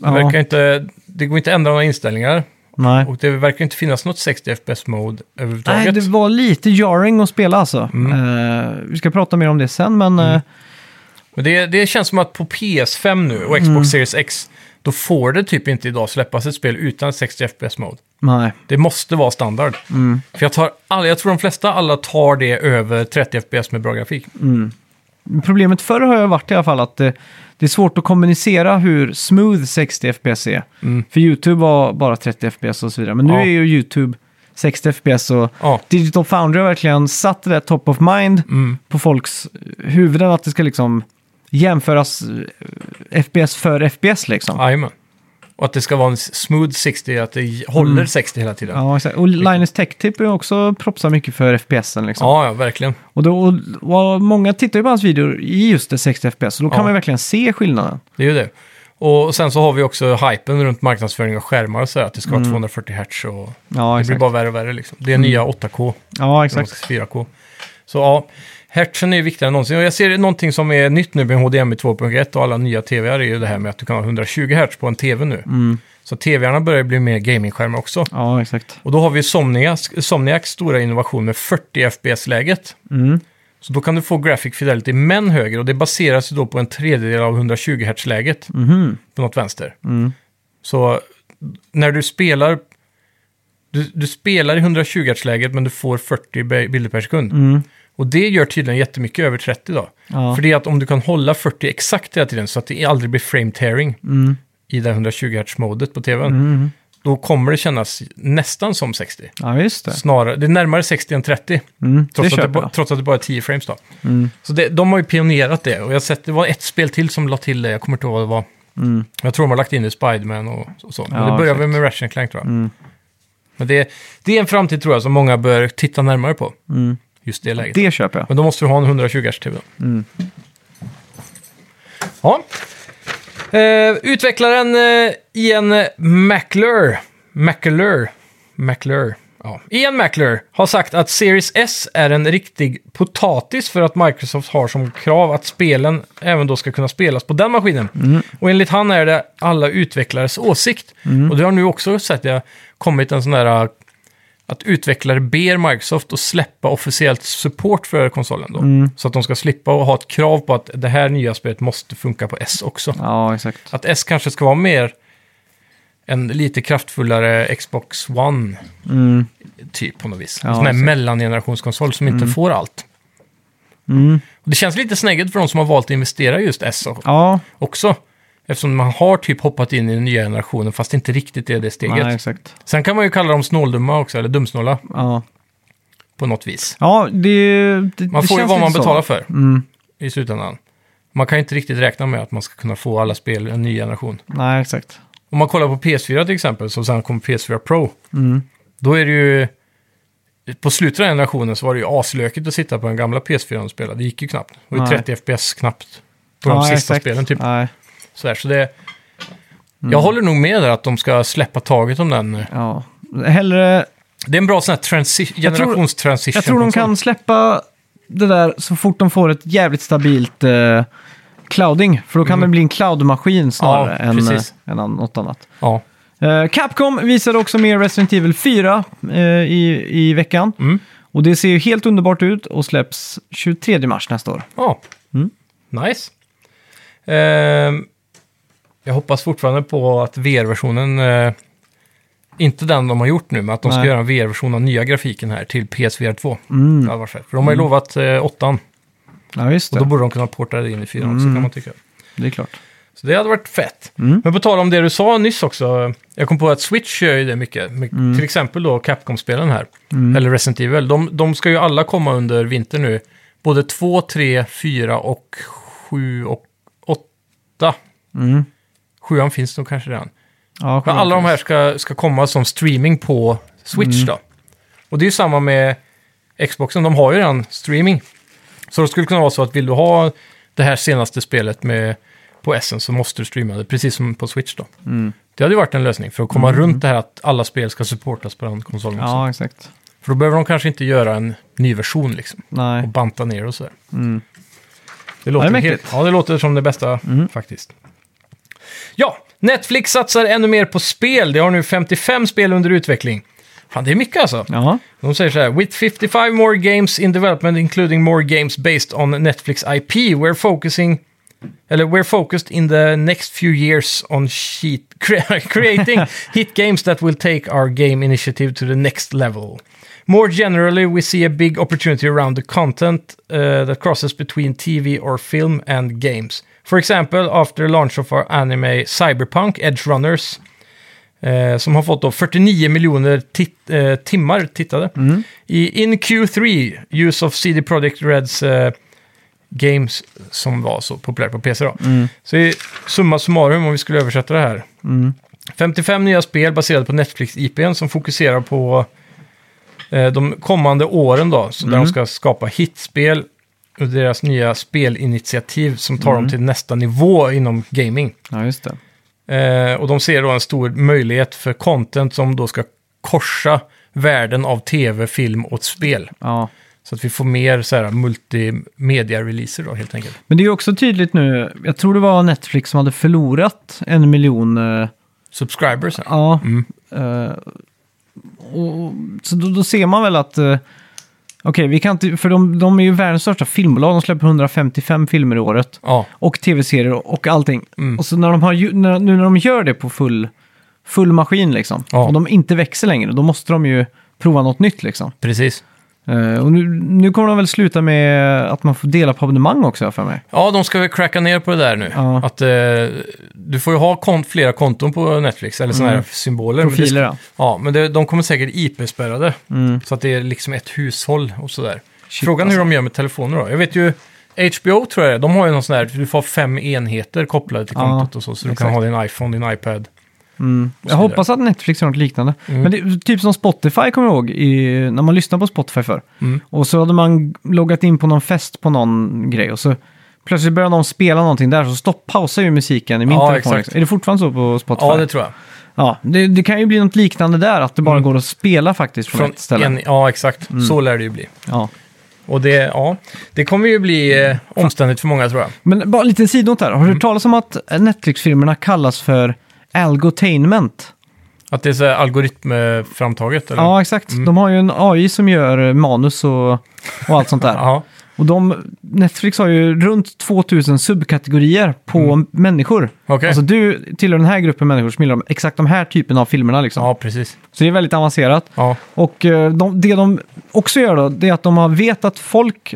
[SPEAKER 2] Det går inte att ändra några inställningar.
[SPEAKER 1] Nej.
[SPEAKER 2] Och det verkar inte finnas något 60 FPS-mode överhuvudtaget.
[SPEAKER 1] Nej, det var lite jarring att spela alltså. Vi ska prata mer om det sen, men...
[SPEAKER 2] Men det känns som att på PS5 nu och Xbox Series X, då får det typ inte idag släppas ett spel utan 60 FPS-mode.
[SPEAKER 1] Nej.
[SPEAKER 2] Det måste vara standard. För jag tror de flesta alla tar det över 30 FPS med bra grafik.
[SPEAKER 1] Problemet förr har ju varit i alla fall att det är svårt att kommunicera hur smooth 60 FPS är. För YouTube var bara 30 FPS och så vidare. Men nu är ju YouTube 60 FPS och Digital Foundry har verkligen satt det där top of mind på folks huvuden att det ska liksom jämföras FPS för FPS liksom.
[SPEAKER 2] Jajamän. Och att det ska vara en smooth 60, att det håller 60 hela tiden.
[SPEAKER 1] Ja, exakt. Och Linus Tech Tip är också propsar mycket för FPSen liksom.
[SPEAKER 2] Ja, verkligen.
[SPEAKER 1] Och många tittar ju på hans videor i just det 60 FPS, så då kan man verkligen se skillnaden.
[SPEAKER 2] Det är ju det. Och sen så har vi också hypen runt marknadsföring av skärmar och så att det ska vara 240 Hz och det blir bara värre och värre liksom. Det är nya 8K.
[SPEAKER 1] Ja, exakt.
[SPEAKER 2] 4K. Så ja, hertzen är viktigare än någonsin. Och jag ser någonting som är nytt nu med HDMI 2.1 och alla nya TV:ar är ju det här med att du kan ha 120 Hz på en TV nu. Så TV:arna börjar bli mer gamingskärmar också.
[SPEAKER 1] Ja, exakt.
[SPEAKER 2] Och då har vi Somniacs stora innovation med 40 FPS-läget. Så då kan du få graphic fidelity men högre och det baseras ju då på en tredjedel av 120 Hz-läget på något vänster. Så när du spelar du spelar i 120 Hz-läget men du får 40 bilder per sekund. Och det gör tydligen jättemycket över 30 då. Ja. För det är att om du kan hålla 40 exakt hela tiden så att det aldrig blir frame tearing i det 120 Hz-modet på tvn. Då kommer det kännas nästan som 60.
[SPEAKER 1] Ja, just det.
[SPEAKER 2] Snarare, det är närmare 60 än 30. Trots att det bara är 10 frames då. Så de har ju pionerat det. Och jag har sett, det var ett spel till som la till det. Jag kommer inte ihåg vad det var. Jag tror de har lagt in det i Spider-Man och så. Men det börjar väl med Ratchet & Clank tror jag. Men det är en framtid tror jag som många bör titta närmare på. Just det läget.
[SPEAKER 1] Det köper jag.
[SPEAKER 2] Men då måste du ha en 120 Hz-TV. Ja. Utvecklaren Ian McClure har sagt att Series S är en riktig potatis för att Microsoft har som krav att spelen även då ska kunna spelas på den maskinen. Och enligt han är det alla utvecklares åsikt. Och det har nu också sett jag kommit en sån där att utvecklare ber Microsoft att släppa officiellt support för konsolen då. Så att de ska slippa att ha ett krav på att det här nya spelet måste funka på S också.
[SPEAKER 1] Ja, exakt.
[SPEAKER 2] Att S kanske ska vara mer en lite kraftfullare Xbox One typ på något vis. En sån här mellangenerationskonsol som inte får allt. Och det känns lite snägget för de som har valt att investera i just S också. Eftersom man har typ hoppat in i den nya generationen fast inte riktigt är det steget.
[SPEAKER 1] Nej, exakt.
[SPEAKER 2] Sen kan man ju kalla dem snåldumma också, eller dumsnåla.
[SPEAKER 1] Ja.
[SPEAKER 2] På något vis.
[SPEAKER 1] Ja,
[SPEAKER 2] man får ju vad man betalar för
[SPEAKER 1] Mm.
[SPEAKER 2] i slutändan. Man kan ju inte riktigt räkna med att man ska kunna få alla spel i en ny generation.
[SPEAKER 1] Nej, exakt.
[SPEAKER 2] Om man kollar på PS4 till exempel, så sen kom PS4 Pro.
[SPEAKER 1] Mm.
[SPEAKER 2] Då är det ju... På slutet av generationen så var det ju aslökigt att sitta på en gamla PS4 och spela. Det gick ju knappt. Det var ju 30 FPS knappt på de sista spelen typ.
[SPEAKER 1] Nej.
[SPEAKER 2] Så det... Jag håller nog med där att de ska släppa taget om den.
[SPEAKER 1] Ja. Hellre...
[SPEAKER 2] Det är en bra sån här generationstransition.
[SPEAKER 1] Jag tror de kan släppa det där så fort de får ett jävligt stabilt clouding. För då kan det bli en cloud-maskin snarare än något annat.
[SPEAKER 2] Ja.
[SPEAKER 1] Capcom visade också mer Resident Evil 4 i veckan. Och det ser ju helt underbart ut och släpps 23 mars nästa år.
[SPEAKER 2] Ja, nice. Jag hoppas fortfarande på att VR-versionen, inte den de har gjort nu, men att de ska göra en VR-version av nya grafiken här till PSVR 2. För de har ju lovat 8.
[SPEAKER 1] Ja, just det.
[SPEAKER 2] Och då borde de kunna porta det in i 4 också, kan man tycka.
[SPEAKER 1] Det är klart.
[SPEAKER 2] Så det hade varit fett. Men på tal om det du sa nyss också, jag kom på att Switch gör ju det mycket. Till exempel då Capcom-spelen här, eller Resident Evil. De ska ju alla komma under vinter nu. Både 2, 3, 4 och 7 och 8. 7 finns nog kanske redan.
[SPEAKER 1] Ja,
[SPEAKER 2] men alla de här ska komma som streaming på Switch då. Och det är ju samma med Xboxen, de har ju redan streaming. Så det skulle kunna vara så att vill du ha det här senaste spelet på Essen så måste du streama det, precis som på Switch då. Det hade ju varit en lösning för att komma runt det här att alla spel ska supportas på den konsolen också.
[SPEAKER 1] Ja, exakt.
[SPEAKER 2] För då behöver de kanske inte göra en ny version liksom.
[SPEAKER 1] Nej.
[SPEAKER 2] Och banta ner och sådär. Det
[SPEAKER 1] låter
[SPEAKER 2] det låter som det bästa faktiskt. Ja, Netflix satsar ännu mer på spel. Det har nu 55 spel under utveckling. Fan, det är mycket alltså.
[SPEAKER 1] Jaha.
[SPEAKER 2] De säger så här: with 55 more games in development, including more games based on Netflix IP, we're focused in the next few years on creating hit games that will take our game initiative to the next level. More generally, we see a big opportunity around the content that crosses between TV or film and games. For example, after the launch of our anime Cyberpunk Edge Runners, som har fått då 49 miljoner timmar tittade. In Q3, use of CD Projekt Reds games som var så populärt på PC då. Så i summa summarum, om vi skulle översätta det här. 55 nya spel baserade på Netflix-IPn som fokuserar på de kommande åren då. Så där de ska skapa hitspel och deras nya spelinitiativ som tar dem till nästa nivå inom gaming.
[SPEAKER 1] Ja, just det.
[SPEAKER 2] Och de ser då en stor möjlighet för content som då ska korsa världen av tv, film och spel.
[SPEAKER 1] Ja.
[SPEAKER 2] Så att vi får mer så här multimedia-releaser då helt enkelt.
[SPEAKER 1] Men det är ju också tydligt nu, jag tror det var Netflix som hade förlorat 1 miljon...
[SPEAKER 2] subscribers.
[SPEAKER 1] Ja. Så då ser man väl att... Okej, vi kan inte... För de är ju världens största filmbolag. De släpper 155 filmer i året.
[SPEAKER 2] Ja.
[SPEAKER 1] Och tv-serier och allting. Och så när de gör det på full maskin liksom. Ja. Och de inte växer längre. Då måste de ju prova något nytt liksom.
[SPEAKER 2] Precis.
[SPEAKER 1] Och nu kommer de väl sluta med att man får dela på abonnemang också för mig.
[SPEAKER 2] Ja, de ska väl cracka ner på det där nu. Ja. Att du får ju ha flera konton på Netflix, eller sådana här symboler.
[SPEAKER 1] Profiler, ja.
[SPEAKER 2] Ja, men de kommer säkert IP-spärrade. Så att det är liksom ett hushåll och sådär. Frågan hur de gör med telefoner då. Jag vet ju, HBO tror jag, de har ju någon sån här, du får 5 enheter kopplade till kontot och så. Så exakt. Du kan ha din iPhone, din iPad.
[SPEAKER 1] Jag hoppas att Netflix har något liknande. Men det är typ som Spotify, kommer jag ihåg, när man lyssnar på Spotify för. Och så hade man loggat in på någon fest på någon grej och så plötsligt började de spela någonting där, så pausar ju musiken i min telefon. Exakt. Är det fortfarande så på Spotify?
[SPEAKER 2] Ja, det tror jag.
[SPEAKER 1] Ja, det kan ju bli något liknande där, att det bara går att spela faktiskt från ett ställe.
[SPEAKER 2] Ja, exakt. Så lär det ju bli.
[SPEAKER 1] Ja.
[SPEAKER 2] Och det kommer ju bli omständigt för många, tror jag.
[SPEAKER 1] Men bara en liten sidnot här. Har du hört talas om att Netflix-filmerna kallas för Algotainment?
[SPEAKER 2] Att det är så här algoritmframtaget? Eller?
[SPEAKER 1] Ja, exakt. De har ju en AI som gör manus och allt sånt där.
[SPEAKER 2] Ja.
[SPEAKER 1] Och Netflix har ju runt 2000 subkategorier på människor.
[SPEAKER 2] Okay.
[SPEAKER 1] Alltså du tillhör den här gruppen människor som gillar exakt de här typen av filmerna liksom.
[SPEAKER 2] Ja, precis.
[SPEAKER 1] Så det är väldigt avancerat.
[SPEAKER 2] Ja.
[SPEAKER 1] Och det de också gör då, det är att de har vet att folk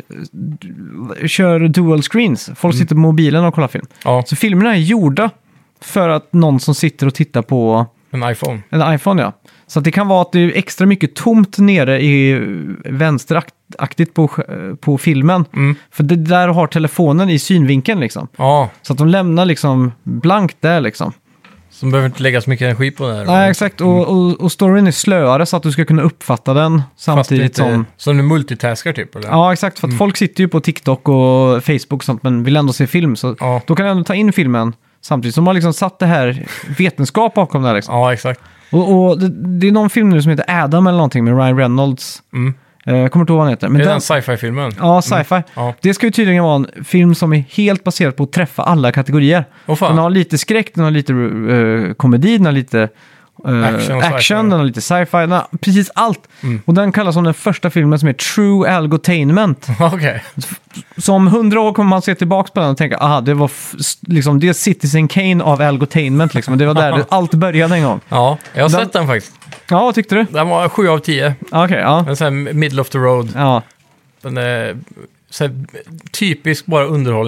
[SPEAKER 1] kör dual screens. Folk sitter på mobilen och kollar film.
[SPEAKER 2] Ja.
[SPEAKER 1] Så filmerna är gjorda för att någon som sitter och tittar på
[SPEAKER 2] en iPhone.
[SPEAKER 1] En iPhone, ja. Så att det kan vara att det är extra mycket tomt nere i vänsteraktigt på filmen. För det där har telefonen i synvinkeln liksom.
[SPEAKER 2] Ja.
[SPEAKER 1] Så att de lämnar liksom blankt där liksom.
[SPEAKER 2] Så de behöver inte lägga så mycket energi på det här.
[SPEAKER 1] Nej, exakt. Och storyn är slöare så att du ska kunna uppfatta den samtidigt som...
[SPEAKER 2] Som du multitaskar typ, eller?
[SPEAKER 1] Ja, exakt. För att folk sitter ju på TikTok och Facebook och sånt, men vill ändå se film. Så då kan du ändå ta in filmen samtidigt som man liksom satt det här vetenskap bakom det här liksom.
[SPEAKER 2] Ja, exakt.
[SPEAKER 1] Och det är någon film nu som heter Adam eller någonting med Ryan Reynolds. Jag kommer inte ihåg vad han heter. Men
[SPEAKER 2] är det den sci-fi-filmen?
[SPEAKER 1] Ja, sci-fi.
[SPEAKER 2] Ja.
[SPEAKER 1] Det ska ju tydligen vara en film som är helt baserad på att träffa alla kategorier. Den har lite skräck, den har lite komedi, den har lite action, den har lite sci-fi, den har precis allt. Och den kallas som den första filmen som är True Algotainment.
[SPEAKER 2] Okay.
[SPEAKER 1] Så om 100 år kommer man se tillbaka på den och tänka, det var liksom det är Citizen Kane av Algotainment liksom. Det var där allt började en gång.
[SPEAKER 2] Ja, jag har sett den faktiskt.
[SPEAKER 1] Ja, vad tyckte du?
[SPEAKER 2] Den var 7 av 10.
[SPEAKER 1] Okay, ja.
[SPEAKER 2] En sån här middle of the road.
[SPEAKER 1] Ja.
[SPEAKER 2] Den är så här, typisk bara underhållning.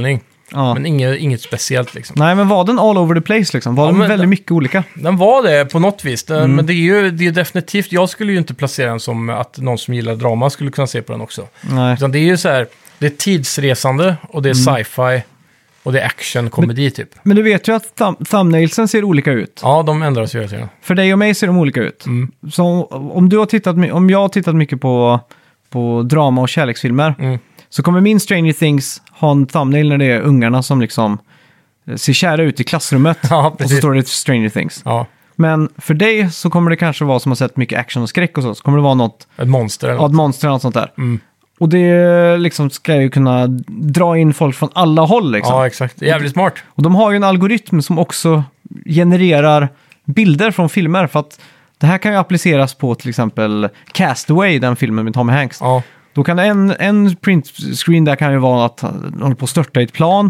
[SPEAKER 1] Ja.
[SPEAKER 2] Men inget speciellt liksom.
[SPEAKER 1] Nej, men var den all over the place liksom? Var den väldigt mycket olika?
[SPEAKER 2] Den var det på något vis. Men det är definitivt, jag skulle ju inte placera den som att någon som gillar drama skulle kunna se på den också.
[SPEAKER 1] Nej.
[SPEAKER 2] Utan det är ju så här, det är tidsresande och det är sci-fi och det är action, komedi typ.
[SPEAKER 1] Men du vet ju att thumbnailsen ser olika ut.
[SPEAKER 2] Ja, de ändras ju hela tiden.
[SPEAKER 1] För dig och mig ser de olika ut. Så om jag har tittat mycket på drama och kärleksfilmer så kommer min Stranger Things ha en thumbnail när det är ungarna som liksom ser kära ut i klassrummet.
[SPEAKER 2] Ja,
[SPEAKER 1] och så står det Stranger Things.
[SPEAKER 2] Ja.
[SPEAKER 1] Men för dig så kommer det kanske vara som har sett mycket action och skräck och så kommer det vara något...
[SPEAKER 2] Ett monster eller
[SPEAKER 1] något. Ja, ett monster eller något sånt där. Och det liksom ska ju kunna dra in folk från alla håll liksom.
[SPEAKER 2] Ja, exakt. Det är jävligt smart.
[SPEAKER 1] Och de har ju en algoritm som också genererar bilder från filmer. För att det här kan ju appliceras på till exempel Castaway, den filmen med Tom Hanks.
[SPEAKER 2] Ja.
[SPEAKER 1] Då kan en printscreen där kan ju vara att han håller på att störta i ett plan.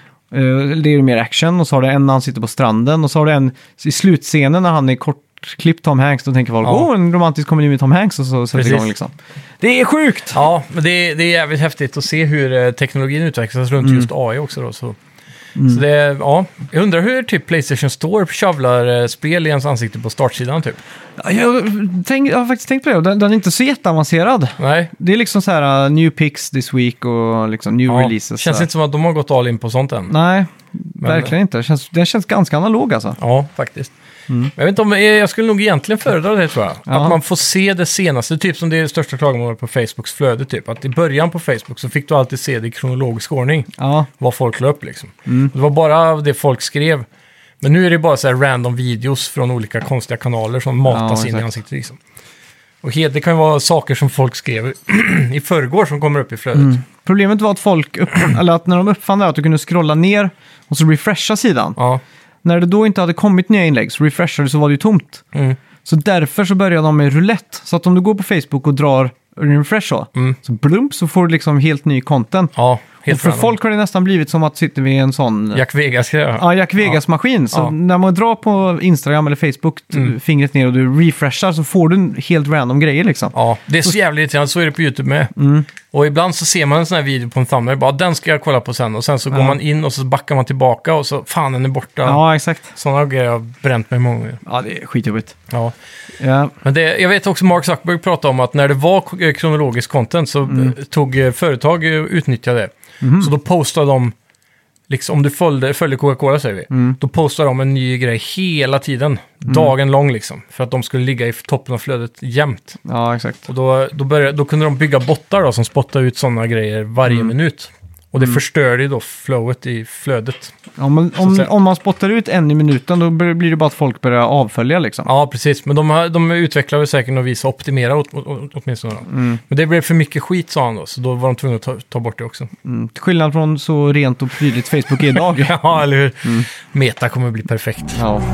[SPEAKER 1] Det är ju mer action. Och så har det en när han sitter på stranden. Och så har det en i slutscenen när han är kortklippt Tom Hanks. Då tänker folk, en romantisk komedi med Tom Hanks. Och så sätter igång liksom. Det är sjukt!
[SPEAKER 2] Ja, men det är jävligt häftigt att se hur teknologin utvecklas runt just AI också då. Så det är, ja, jag undrar hur typ PlayStation Store shavlar spel i ens ansikte på startsidan typ.
[SPEAKER 1] Jag har faktiskt tänkt på det. Den är inte så jätteavancerad.
[SPEAKER 2] Nej.
[SPEAKER 1] Det är liksom så här new picks this week och liksom new releases.
[SPEAKER 2] Känns inte som att de har gått all in på sånt än.
[SPEAKER 1] Nej, verkligen inte. Den känns ganska analog alltså.
[SPEAKER 2] Ja, faktiskt. Jag vet inte om jag skulle nog egentligen föredra det tror jag. Att man får se det senaste, typ som det är det största klagomålet på Facebooks flöde typ. Att i början på Facebook så fick du alltid se det i kronologisk ordning.
[SPEAKER 1] Ja.
[SPEAKER 2] Vad folk la upp liksom. Det var bara det folk skrev. Men nu är det bara så här random videos från olika konstiga kanaler som matas in i ansiktet liksom. Och det kan ju vara saker som folk skrev i förrgår som kommer upp i flödet.
[SPEAKER 1] Problemet var att eller att när de uppfann det att du kunde scrolla ner och så refresha sidan.
[SPEAKER 2] Ja.
[SPEAKER 1] När det då inte hade kommit nya inlägg så refreshade så var det ju tomt. Så därför så började de med roulette. Så att om du går på Facebook och drar en refresh så blump så får du liksom helt ny content.
[SPEAKER 2] Ja, helt
[SPEAKER 1] och för folk har det nästan blivit som att sitter vid en sån...
[SPEAKER 2] Jack Vegas.
[SPEAKER 1] Ja, Jack Vegas-maskin. Så när man drar på Instagram eller Facebook fingret ner och du refreshar så får du helt random grejer liksom.
[SPEAKER 2] Ja, det är så jävligt irriterande. Så är det på YouTube med. Och ibland så ser man en sån här video på en thumbnail. Bara, den ska jag kolla på sen. Och sen så går man in och så backar man tillbaka och så fan, den är borta.
[SPEAKER 1] Ja, exakt.
[SPEAKER 2] Sådana grejer har bränt mig många gånger.
[SPEAKER 1] Ja, det är skitjobbigt.
[SPEAKER 2] Ja.
[SPEAKER 1] Ja.
[SPEAKER 2] Men jag vet också Mark Zuckerberg pratade om att när det var kronologisk content så tog företag utnyttjade det. Så då postade de, liksom, om du följde Coca-Cola säger vi, då postade de en ny grej hela tiden, dagen lång liksom, för att de skulle ligga i toppen av flödet jämt.
[SPEAKER 1] Ja, exakt.
[SPEAKER 2] Och då kunde de bygga bottar då, som spottade ut sådana grejer varje minut. Och det förstörde ju då flowet i flödet.
[SPEAKER 1] Ja, men om man spottar ut en i minuten då blir det bara att folk börjar avfölja liksom.
[SPEAKER 2] Ja, precis. Men de utvecklar väl säkert att visa optimera åtminstone. Men det blev för mycket skit sa han då, så då var de tvungna att ta bort det också.
[SPEAKER 1] Till skillnad från så rent och prydligt Facebook är idag.
[SPEAKER 2] Ja, eller hur? Meta kommer att bli perfekt.
[SPEAKER 1] Ja.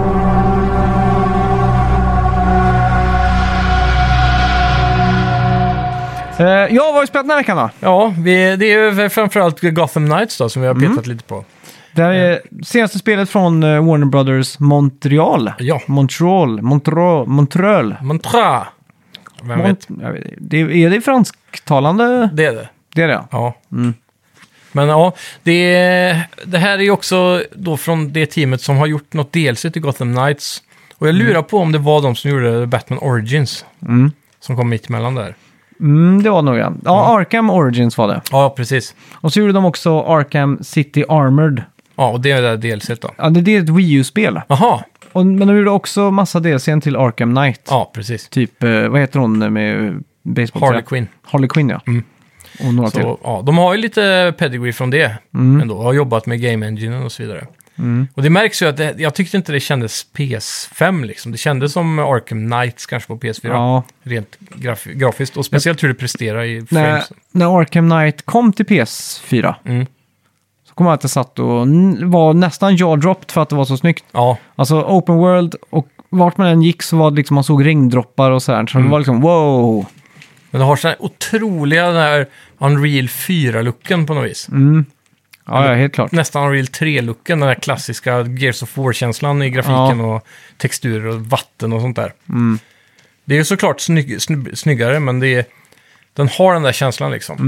[SPEAKER 1] Ja, vad har vi spelat den här veckan då?
[SPEAKER 2] Ja, det är ju framförallt Gotham Knights då som vi har petat lite på.
[SPEAKER 1] Det här är senaste spelet från Warner Brothers Montreal.
[SPEAKER 2] Ja.
[SPEAKER 1] Montreal.
[SPEAKER 2] Vem vet?
[SPEAKER 1] Är det fransktalande?
[SPEAKER 2] Det är det.
[SPEAKER 1] Det är det,
[SPEAKER 2] ja. Men ja, det här är ju också då från det teamet som har gjort något DLC till Gotham Knights. Och jag lurar på om det var de som gjorde Batman Origins. Som kom mitt emellan där.
[SPEAKER 1] Det var nog ja. Arkham Origins var det.
[SPEAKER 2] Ja, precis.
[SPEAKER 1] Och så gjorde de också Arkham City Armored.
[SPEAKER 2] Ja, och det är det DLC då.
[SPEAKER 1] Ja, det är ett Wii U-spel.
[SPEAKER 2] Jaha.
[SPEAKER 1] Men de gjorde också massa DLCn till Arkham Knight.
[SPEAKER 2] Ja, precis.
[SPEAKER 1] Typ, vad heter hon med baseball? Harley Quinn, ja. Och några till.
[SPEAKER 2] Ja, de har ju lite pedigree från det ändå. Har jobbat med Game Engine och så vidare. Och det märks ju att jag tyckte inte det kändes PS5 liksom. Det kändes som Arkham Knights kanske på PS4. Ja. Rent grafiskt. Och speciellt hur det presterar i frames.
[SPEAKER 1] När Arkham Knight kom till PS4 så kom jag att jag satt och var nästan jaw-dropped för att det var så snyggt. Ja. Alltså open world och vart man än gick så var det liksom man såg regndroppar och så här. Så det var liksom wow.
[SPEAKER 2] Men det har så här otroliga den här Unreal 4-looken på något vis.
[SPEAKER 1] Ja, helt klart.
[SPEAKER 2] Nästan Unreal 3-looken, den här klassiska Gears of War-känslan i grafiken och texturer och vatten och sånt där. Det är ju såklart snyggare, men den har den där känslan liksom.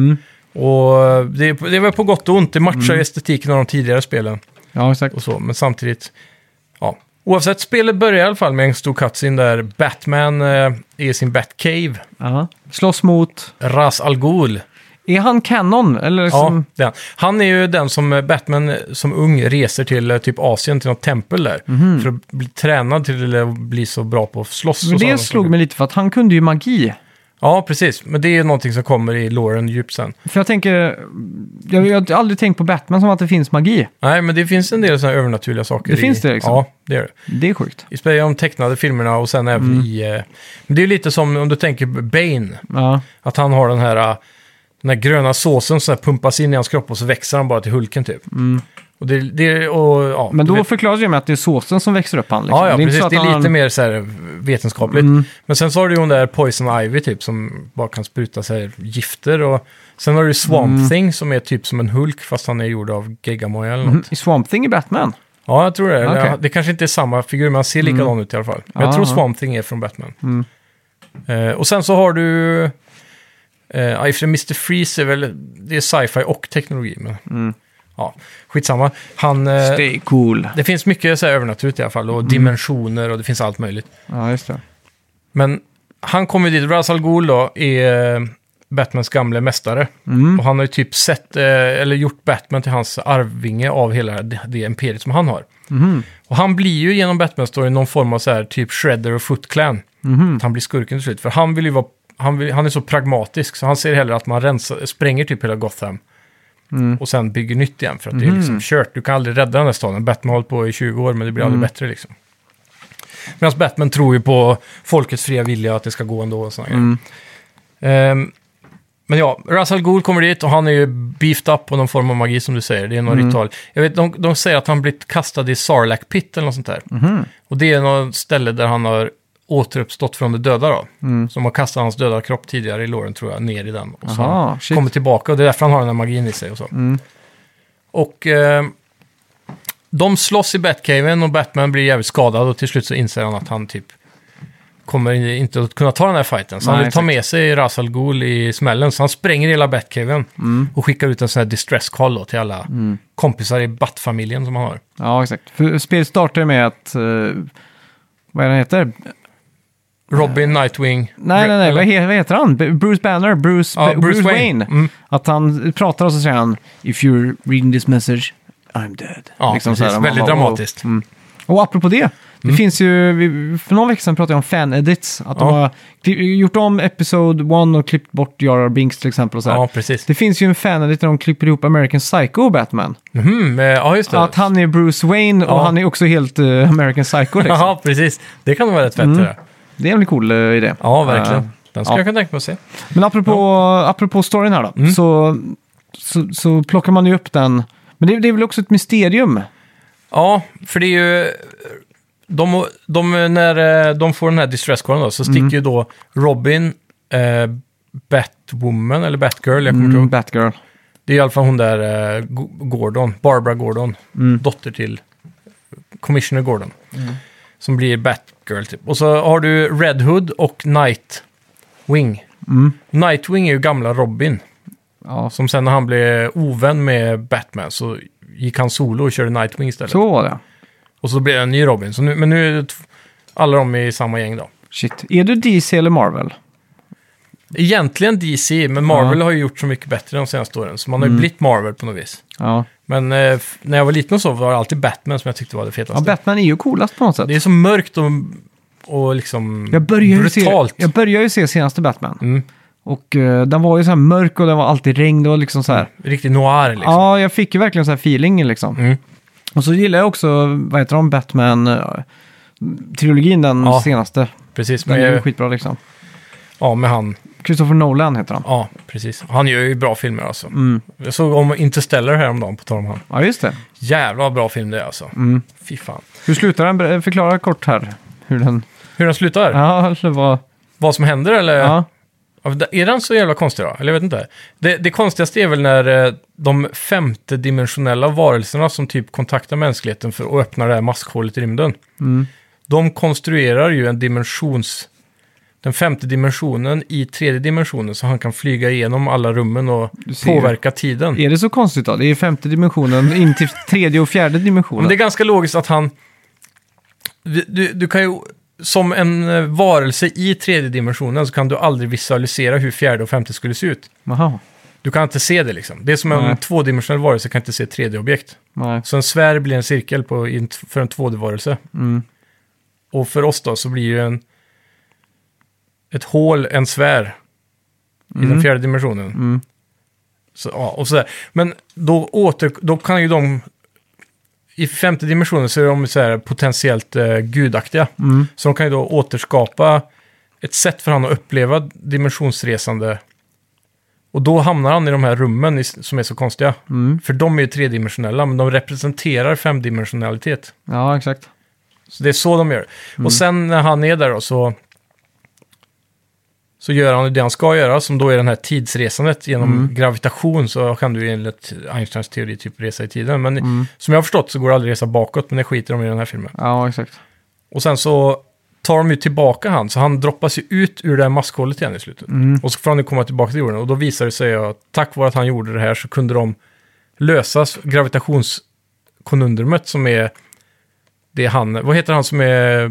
[SPEAKER 2] Och det var på gott och ont. Det matchar ju estetiken av de tidigare spelen.
[SPEAKER 1] Ja, exakt.
[SPEAKER 2] Och så. Men samtidigt, ja. Oavsett, spelet börjar i alla fall med en stor cutscene där Batman är i sin Batcave.
[SPEAKER 1] Slåss mot...
[SPEAKER 2] Ra's al Ghul.
[SPEAKER 1] Är han kanon? Eller liksom...
[SPEAKER 2] Ja, det är han. Han är ju den som Batman som ung reser till typ Asien, till något tempel där. För att bli tränad till att bli så bra på att slåss.
[SPEAKER 1] Men det slog mig lite för att han kunde ju magi.
[SPEAKER 2] Ja, precis. Men det är någonting som kommer i loren djupt sen.
[SPEAKER 1] För jag tänker, jag har aldrig tänkt på Batman som att det finns magi.
[SPEAKER 2] Nej, men det finns en del sådana övernaturliga saker.
[SPEAKER 1] Det finns det liksom?
[SPEAKER 2] Ja, det är det.
[SPEAKER 1] Det är sjukt.
[SPEAKER 2] I spelar de tecknade filmerna och sen även i... Men det är lite som om du tänker Bane.
[SPEAKER 1] Ja.
[SPEAKER 2] Att han har den här gröna såsen som pumpas in i hans kropp och så växer han bara till Hulken typ. Och ja,
[SPEAKER 1] men då förklaras det med att det är såsen som växer upp han. Liksom.
[SPEAKER 2] Ja,
[SPEAKER 1] det är
[SPEAKER 2] precis. Det är lite mer så här vetenskapligt. Men sen så har du ju hon där Poison Ivy typ som bara kan spruta sig gifter. Och sen har du Swamp Thing som är typ som en Hulk fast han är gjord av Geggamoja eller något.
[SPEAKER 1] Är Swamp Thing i Batman?
[SPEAKER 2] Ja, jag tror det.
[SPEAKER 1] Okay.
[SPEAKER 2] Det kanske inte är samma figur, men han ser likadan ut i alla fall. Men jag tror Swamp Thing är från Batman. Och sen så har du... Mr. Freeze är väl... Det är sci-fi och teknologi, men... Ja, skitsamma.
[SPEAKER 1] Stay cool.
[SPEAKER 2] Det finns mycket så här övernaturligt i alla fall. Och dimensioner och det finns allt möjligt.
[SPEAKER 1] Ja, just det.
[SPEAKER 2] Men han kommer dit. Ra's al Ghul då är Batmans gamla mästare. Och han har ju typ eller gjort Batman till hans arvinge av hela det imperiet som han har. Och han blir ju genom Batman-storyn någon form av så här typ Shredder och Foot Clan. Han blir skurken till slut. För han vill ju vara... Han är så pragmatisk så han ser hellre att man spränger typ hela Gotham. Och sen bygger nytt igen för att det är liksom kört. Du kan aldrig rädda den här staden. Batman har hållit på i 20 år men det blir aldrig bättre liksom. Medan Batman tror ju på folkets fria vilja att det ska gå ändå och sådana men ja, Ra's al Ghul kommer dit och han är ju beefed up på någon form av magi som du säger. Det är någon ritual. Jag vet, de säger att han blivit kastad i Sarlacc Pit eller något sånt där. Och det är något ställe där han har återuppstått från de döda då. Som har kastat hans döda kropp tidigare i låren tror jag, ner i den. Och så kommer tillbaka och det är därför han har den här magin i sig och så. Och de slåss i Batcaven och Batman blir jävligt skadad och till slut så inser han att han typ kommer inte att kunna ta den här fighten. Så han vill ta med sig Ra's al Ghul i smällen. Så han spränger hela Batcaven och skickar ut en sån här distress call då, till alla kompisar i Bat-familjen som han har.
[SPEAKER 1] Ja, exakt. För spelet startar med att... vad är det heter?
[SPEAKER 2] Robin, Nightwing.
[SPEAKER 1] Nej. Vad heter han? Bruce Banner? Bruce Wayne. Att han pratar och så säger han If you're reading this message, I'm dead.
[SPEAKER 2] Ja, liksom precis. Så här, väldigt dramatiskt.
[SPEAKER 1] Och apropå det, det finns ju, för någon vecka sedan pratade jag om fan-edits. Att de har gjort om episode 1 och klippt bort Jar Jar Binks till exempel. Och så här.
[SPEAKER 2] Ja, precis.
[SPEAKER 1] Det finns ju en fan-edit där de klipper ihop American Psycho och Batman.
[SPEAKER 2] Ja, just det.
[SPEAKER 1] Att han är Bruce Wayne och han är också helt American Psycho. Liksom.
[SPEAKER 2] Ja, precis. Det kan nog vara rätt fett det.
[SPEAKER 1] Det är en cool idé.
[SPEAKER 2] Ja, verkligen. Den ska jag kunna tänka på att se.
[SPEAKER 1] Men apropå storyn här då, så plockar man ju upp den. Men det är väl också ett mysterium?
[SPEAKER 2] Ja, för det är ju... när de får den här distress-callen då, så sticker ju då Robin, Batwoman eller Batgirl, jag kommer inte ihåg.
[SPEAKER 1] Batgirl.
[SPEAKER 2] Det är i alla fall hon där Barbara Gordon, dotter till Commissioner Gordon. Som blir Batgirl typ. Och så har du Red Hood och Nightwing. Nightwing är ju gamla Robin. Ja. Som sen när han blev ovän med Batman så gick han solo och körde Nightwing istället.
[SPEAKER 1] Så var det.
[SPEAKER 2] Och så blev det en ny Robin. Så men nu är det alla de i samma gäng då.
[SPEAKER 1] Shit. Är du DC eller Marvel?
[SPEAKER 2] Egentligen DC, men Marvel har ju gjort så mycket bättre de senaste åren. Så man har ju blivit Marvel på något vis.
[SPEAKER 1] Ja.
[SPEAKER 2] Men när jag var liten och så var det alltid Batman som jag tyckte var det fetaste.
[SPEAKER 1] Ja, Batman är ju coolast på något sätt.
[SPEAKER 2] Det är så mörkt och liksom brutalt.
[SPEAKER 1] Jag började ju se senaste Batman. Och den var ju så här mörk och den var alltid regn och liksom så här.
[SPEAKER 2] Riktigt noir liksom.
[SPEAKER 1] Ja, jag fick ju verkligen så här feeling liksom. Och så gillar jag också, vad heter de, Batman-trilogin, den senaste.
[SPEAKER 2] Precis.
[SPEAKER 1] Den är ju skitbra liksom.
[SPEAKER 2] Ja, med han.
[SPEAKER 1] Christopher Nolan heter han.
[SPEAKER 2] Ja, precis. Han gör ju bra filmer alltså. Jag såg om Interstellar häromdagen på tal om han.
[SPEAKER 1] Ja, just det.
[SPEAKER 2] Jävla bra film det är alltså. Fy fan.
[SPEAKER 1] Hur slutar den? Förklara kort här. Hur den
[SPEAKER 2] slutar?
[SPEAKER 1] Ja, alltså
[SPEAKER 2] vad som händer eller?
[SPEAKER 1] Ja.
[SPEAKER 2] Är den så jävla konstig då? Eller jag vet inte. Det konstigaste är väl när de femtedimensionella varelserna som typ kontaktar mänskligheten för att öppna det här maskhålet i rymden. De konstruerar ju en den 5:e dimensionen i 3:e dimensionen så han kan flyga igenom alla rummen och påverka tiden.
[SPEAKER 1] Är det så konstigt då? Det är 5:e dimensionen in till 3:e och 4:e dimensionen.
[SPEAKER 2] Men det är ganska logiskt att han... Du kan ju... Som en varelse i 3:e dimensionen så kan du aldrig visualisera hur 4:e och 5:e skulle se ut.
[SPEAKER 1] Aha.
[SPEAKER 2] Du kan inte se det liksom. Det är som en 2-dimensionell varelse kan inte se 3D-objekt.
[SPEAKER 1] Nej.
[SPEAKER 2] Så en sfär blir en cirkel för en 2D-varelse.
[SPEAKER 1] Mm.
[SPEAKER 2] Och för oss då så blir ju ett hål en sfär i den 4:e dimensionen.
[SPEAKER 1] Mm.
[SPEAKER 2] Så, ja, och sådär. Men då kan ju de... I 5:e dimensionen så är de så här potentiellt gudaktiga.
[SPEAKER 1] Mm.
[SPEAKER 2] Så de kan ju då återskapa ett sätt för han att uppleva dimensionsresande. Och då hamnar han i de här rummen som är så konstiga.
[SPEAKER 1] Mm.
[SPEAKER 2] För de är ju 3-dimensionella, men de representerar 5-dimensionalitet.
[SPEAKER 1] Ja, exakt.
[SPEAKER 2] Så det är så de gör. Och sen när han är där då, så gör han det han ska göra, som då är den här tidsresandet genom gravitation, så kan du enligt Einsteins teori typ resa i tiden. Men som jag har förstått så går det aldrig resa bakåt, men det skiter de i den här filmen.
[SPEAKER 1] Ja, exakt.
[SPEAKER 2] Och sen så tar de ju tillbaka han, så han droppas ju ut ur det här maskhålet igen i slutet. Och så får han ju komma tillbaka till jorden. Och då visar det sig att tack vare att han gjorde det här så kunde de lösa gravitationskonundrumet som är det han... Vad heter han som är...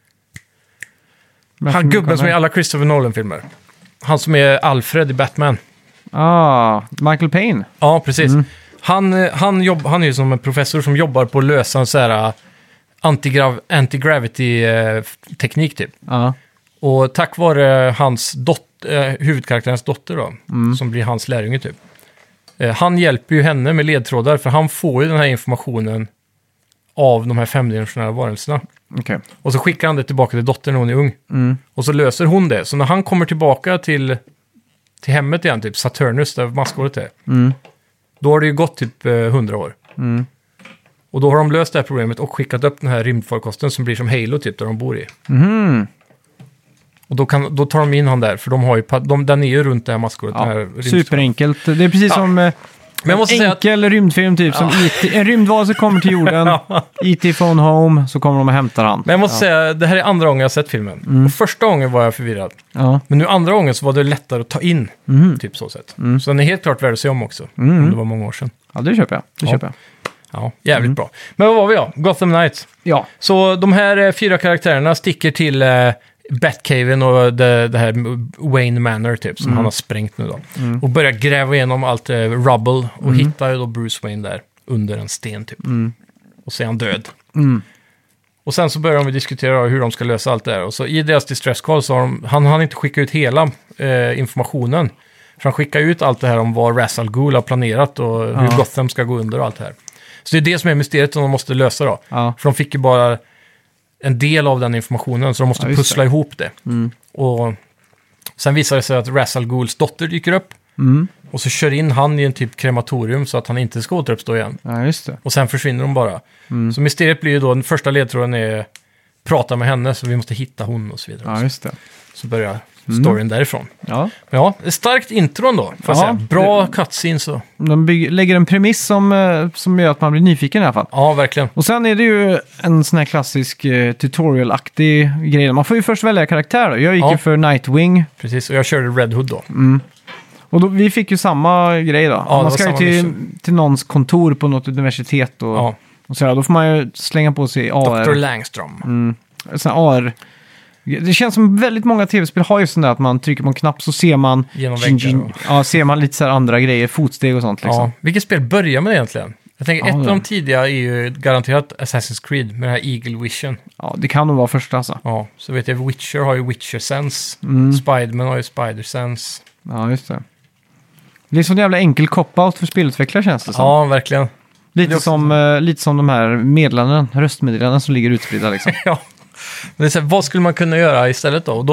[SPEAKER 2] Han gubben som är i alla Christopher Nolan-filmer. Han som är Alfred i Batman.
[SPEAKER 1] Michael Payne.
[SPEAKER 2] Ja, precis. Han är ju som en professor som jobbar på att lösa en så här anti-gravity-teknik typ.
[SPEAKER 1] Ja.
[SPEAKER 2] Och tack vare hans huvudkaraktärens dotter då, som blir hans lärjunge typ. Han hjälper ju henne med ledtrådar, för han får ju den här informationen av de här 5-dimensionella varelserna.
[SPEAKER 1] Okay.
[SPEAKER 2] Och så skickar han det tillbaka till dottern när hon är ung. Och så löser hon det. Så när han kommer tillbaka till hemmet igen, typ Saturnus, där maskhålet är, då har det ju gått typ 100 år. Och då har de löst det här problemet och skickat upp den här rymdfarkosten som blir som Halo typ, där de bor i. Och då tar de in han där, för de har ju, den är ju runt det här maskhålet.
[SPEAKER 1] Ja, superenkelt. Det är precis som...
[SPEAKER 2] Men jag måste
[SPEAKER 1] enkel rymdfilm typ, som en rymdvarelse kommer till jorden, E.T. Phone Home, så kommer de och hämtar han.
[SPEAKER 2] Men jag måste säga, det här är andra gången jag har sett filmen. Och första gången var jag förvirrad.
[SPEAKER 1] Ja.
[SPEAKER 2] Men nu andra gången så var det lättare att ta in, typ så sätt. Så den är helt klart värd att se om också, om det var många år sedan.
[SPEAKER 1] Ja, det köper jag.
[SPEAKER 2] Ja, jävligt bra. Men vad var vi då? Gotham Knights.
[SPEAKER 1] Ja.
[SPEAKER 2] Så de här 4 karaktärerna sticker till Batcaven och det här Wayne Manor typ, som han har sprängt nu då. Och börjar gräva igenom allt rubble och hittar ju då Bruce Wayne där under en sten typ. Och så är han död. Och sen så börjar de diskutera hur de ska lösa allt det här. Och så i deras distress call så har han inte skickat ut hela informationen. För han skickar ut allt det här om vad Ra's al Ghul har planerat och hur Gotham ska gå under och allt det här. Så det är det som är mysteriet som de måste lösa då. Ja. För de fick ju bara en del av den informationen, så de måste pussla ihop det. Och sen visar det sig att Ra's al Ghuls dotter dyker upp. Och så kör in han i en typ krematorium så att han inte ska återuppstå igen.
[SPEAKER 1] Ja, just det.
[SPEAKER 2] Och sen försvinner de bara. Så mysteriet blir ju då, den första ledtråden är prata med henne, så vi måste hitta hon och så vidare.
[SPEAKER 1] Ja, just det.
[SPEAKER 2] Så börjar storyn därifrån.
[SPEAKER 1] Ja.
[SPEAKER 2] Ja, ett starkt intro ändå, får jag säga. Bra cutscenes och...
[SPEAKER 1] De lägger en premiss som gör att man blir nyfiken i alla fall.
[SPEAKER 2] Ja, verkligen.
[SPEAKER 1] Och sen är det ju en sån här klassisk tutorial-aktig grej. Man får ju först välja karaktär då. Jag gick ju för Nightwing.
[SPEAKER 2] Precis, och jag körde Red Hood då.
[SPEAKER 1] Och då, vi fick ju samma grej då.
[SPEAKER 2] Ja,
[SPEAKER 1] man ska ju till någons kontor på något universitet och så här. Då får man ju slänga på sig AR.
[SPEAKER 2] Dr. Langstrom.
[SPEAKER 1] Sån AR. Det känns som väldigt många tv-spel har ju sån där att man trycker på en knapp så ser man...
[SPEAKER 2] Genom väggar.
[SPEAKER 1] Ja, ser man lite så här andra grejer, fotsteg och sånt liksom.
[SPEAKER 2] Ja, vilket spel börjar med egentligen? Jag tänker, ett av de tidiga är ju garanterat Assassin's Creed med den här Eagle Vision.
[SPEAKER 1] Ja, det kan nog vara första alltså.
[SPEAKER 2] Ja, så vet jag, Witcher har ju Witcher Sense. Spiderman har ju Spider Sense.
[SPEAKER 1] Ja, just det. Det är sån jävla enkel cop-out för spelutvecklare känns det som.
[SPEAKER 2] Ja, verkligen.
[SPEAKER 1] Lite som de här röstmeddelanden som ligger utspridda liksom.
[SPEAKER 2] Ja. Men det är så här, vad skulle man kunna göra istället då? Och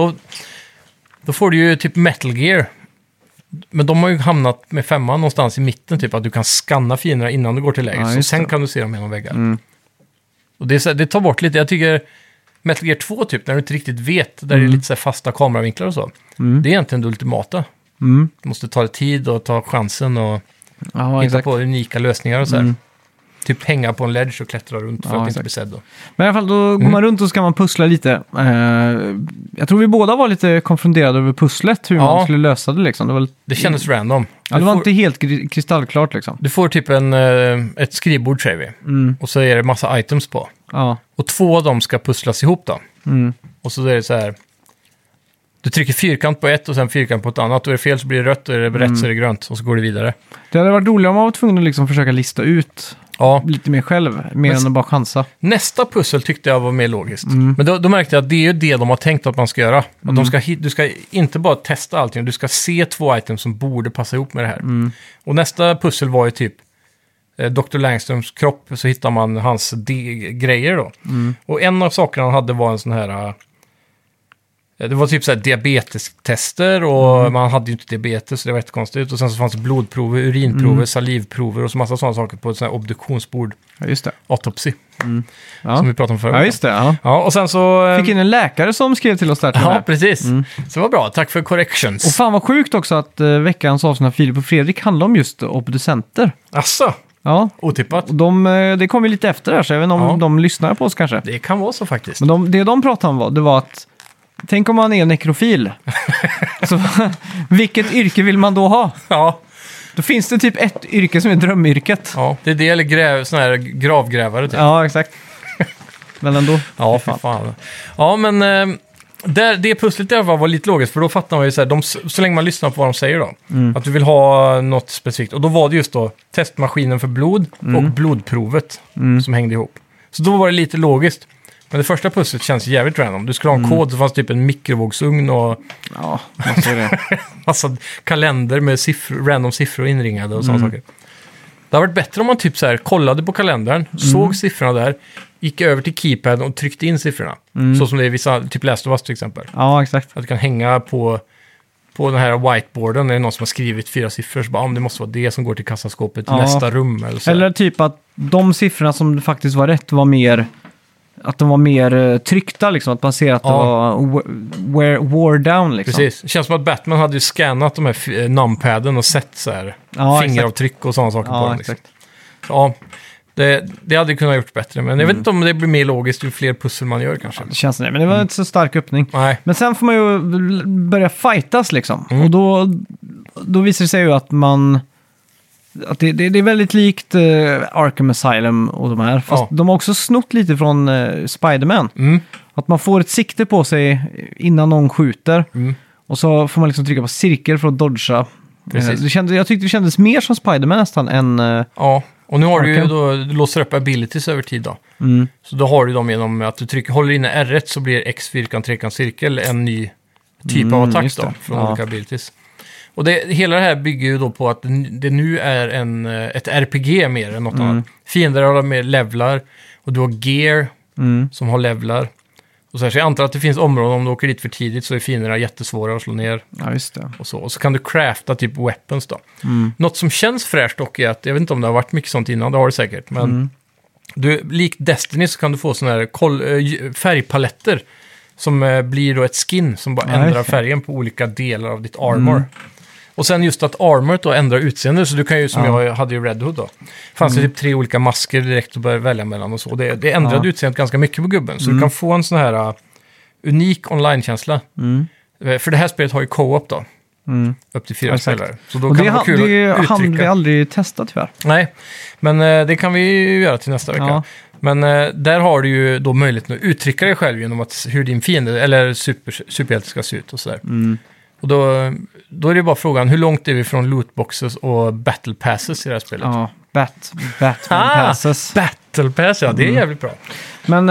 [SPEAKER 2] då får du ju typ Metal Gear. Men de har ju hamnat med 5 någonstans i mitten, typ att du kan scanna fienderna innan du går till läge. Så sen kan du se dem genom väggar. Och det, är så här, det tar bort lite. Jag tycker Metal Gear 2 typ, när du inte riktigt vet, där det är lite så här fasta kameravinklar och så. Det är egentligen det ultimata. Du måste ta dig tid och ta chansen och hitta på unika lösningar och så här. typ hänga på en ledge och klättra runt för att inte bli sedd då.
[SPEAKER 1] Men i alla fall, då går man runt och ska man pussla lite. Jag tror vi båda var lite konfunderade över pusslet, hur man skulle lösa det liksom.
[SPEAKER 2] Det kändes random.
[SPEAKER 1] Det var inte helt kristallklart liksom.
[SPEAKER 2] Du får typ ett skrivbord, säger vi. Och så är det massa items på.
[SPEAKER 1] Ja.
[SPEAKER 2] Och 2 av dem ska pusslas ihop då. Och så är det så här... Du trycker fyrkant på ett och sen fyrkant på ett annat. Och är det fel så blir det rött och är det rätt så är det grönt. Och så går det vidare.
[SPEAKER 1] Det hade varit roligt om man var tvungen att liksom försöka lista ut lite mer själv. Mer än att bara chansa.
[SPEAKER 2] Nästa pussel tyckte jag var mer logiskt. Men då märkte jag att det är ju det de har tänkt att man ska göra. Att du ska inte bara testa allting. Du ska se 2 items som borde passa ihop med det här. Och nästa pussel var ju typ Dr. Langströms kropp. Så hittar man hans grejer då. Och en av sakerna han hade var en sån här... Det var typ så här diabetestester och man hade ju inte diabetes, så det var jättekonstigt. Och sen så fanns det blodprover, urinprover, salivprover och så massa sådana saker på ett sånt här obduktionsbord.
[SPEAKER 1] Ja, just det.
[SPEAKER 2] Autopsy.
[SPEAKER 1] Ja.
[SPEAKER 2] Som vi pratade om förut.
[SPEAKER 1] Ja, just det.
[SPEAKER 2] Ja, och sen så...
[SPEAKER 1] Fick in en läkare som skrev till oss där.
[SPEAKER 2] Ja, precis. Så det var bra. Tack för corrections.
[SPEAKER 1] Och fan vad sjukt också att veckans avsnitt av Filip och Fredrik handlar om just obducenter.
[SPEAKER 2] Asså?
[SPEAKER 1] Ja.
[SPEAKER 2] Otippat.
[SPEAKER 1] Och det kom ju lite efter där, så jag vet inte om de lyssnar på oss kanske.
[SPEAKER 2] Det kan vara så faktiskt.
[SPEAKER 1] Men det de pratade om det var att tänk om man är nekrofil. Så, vilket yrke vill man då ha?
[SPEAKER 2] Ja.
[SPEAKER 1] Då finns det typ ett yrke som är drömyrket.
[SPEAKER 2] Ja, det är det eller sån här gravgrävare typ.
[SPEAKER 1] Ja, exakt. Men ändå.
[SPEAKER 2] Ja, för fan. Ja, men det pusslet i alla fall var lite logiskt. För då fattar man ju så här, så länge man lyssnar på vad de säger då. Att du vill ha något specifikt. Och då var det just då testmaskinen för blod och blodprovet som hängde ihop. Så då var det lite logiskt. Men det första pusslet känns jävligt random. Du skulle ha en kod, så fanns typ en mikrovågsugn och massa kalender med random siffror inringade och sådana saker. Det hade varit bättre om man typ så här kollade på kalendern, såg siffrorna där, gick över till keypaden och tryckte in siffrorna. Så som det är i vissa, typ Last of Us till exempel.
[SPEAKER 1] Ja, exakt.
[SPEAKER 2] Att du kan hänga på den här whiteboarden när det är någon som har skrivit 4 siffror, så bara, det måste vara det som går till kassaskåpet till nästa rum. Eller så.
[SPEAKER 1] Eller typ att de siffrorna som faktiskt var rätt var mer... Att de var mer tryckta, liksom. Att man ser att det var wore down, liksom.
[SPEAKER 2] Precis. Det känns som att Batman hade ju scannat de här numpaden och sett så här fingeravtryck och sådana saker på dem. Liksom.
[SPEAKER 1] Exakt.
[SPEAKER 2] Ja, det hade kunnat gjort bättre. Men jag vet inte om det blir mer logiskt ju fler pussel man gör kanske.
[SPEAKER 1] Det känns det, men det var inte så stark öppning.
[SPEAKER 2] Nej.
[SPEAKER 1] Men sen får man ju börja fightas, liksom. Och då visar det sig ju att man... Att det är väldigt likt Arkham Asylum och de här. Fast de har också snott lite från Spider-Man. Att man får ett sikte på sig innan någon skjuter. Och så får man liksom trycka på cirkel för att dodga. Jag tyckte det kändes mer som Spider-Man nästan än
[SPEAKER 2] ja, och nu har du ju då, du låser upp abilities över tid då. Så då har du dem genom att du håller inne R1 så blir X, fyrkant, trekant, cirkel en ny typ av attack då, från olika abilities. Och hela det här bygger ju då på att det nu är ett RPG mer än något annat. Fiender har mer levlar och du har gear som har levlar. Och så jag antar att det finns områden, om du åker dit för tidigt så är fienderna jättesvåra att slå ner.
[SPEAKER 1] Ja, just det.
[SPEAKER 2] Och så kan du crafta typ weapons då. Något som känns fräscht dock är att, jag vet inte om det har varit mycket sånt innan, det har det säkert. Men likt Destiny så kan du få såna här färgpaletter som blir då ett skin som bara ändrar färgen på olika delar av ditt armor. Och sen just att armoret då ändrar utseende, så du kan ju, som jag hade i Red Hood då, fanns det typ 3 olika masker direkt att börja välja mellan och så. Det ändrade utseendet ganska mycket på gubben, så du kan få en sån här unik online-känsla. För det här spelet har ju co-op då, upp till 4 spelare. Så då kan det vara kul att uttrycka. Det hann vi aldrig testa tyvärr. Nej, men det kan vi ju göra till nästa vecka. Ja. Men där har du ju då möjligheten att uttrycka dig själv genom hur din fiende eller superhjälte ska se ut och sådär. Och då är det bara frågan, hur långt är vi från lootboxes och battle passes i det här spelet?
[SPEAKER 1] Ja, Batman passes.
[SPEAKER 2] Battle pass, ja, det är jävligt bra.
[SPEAKER 1] Men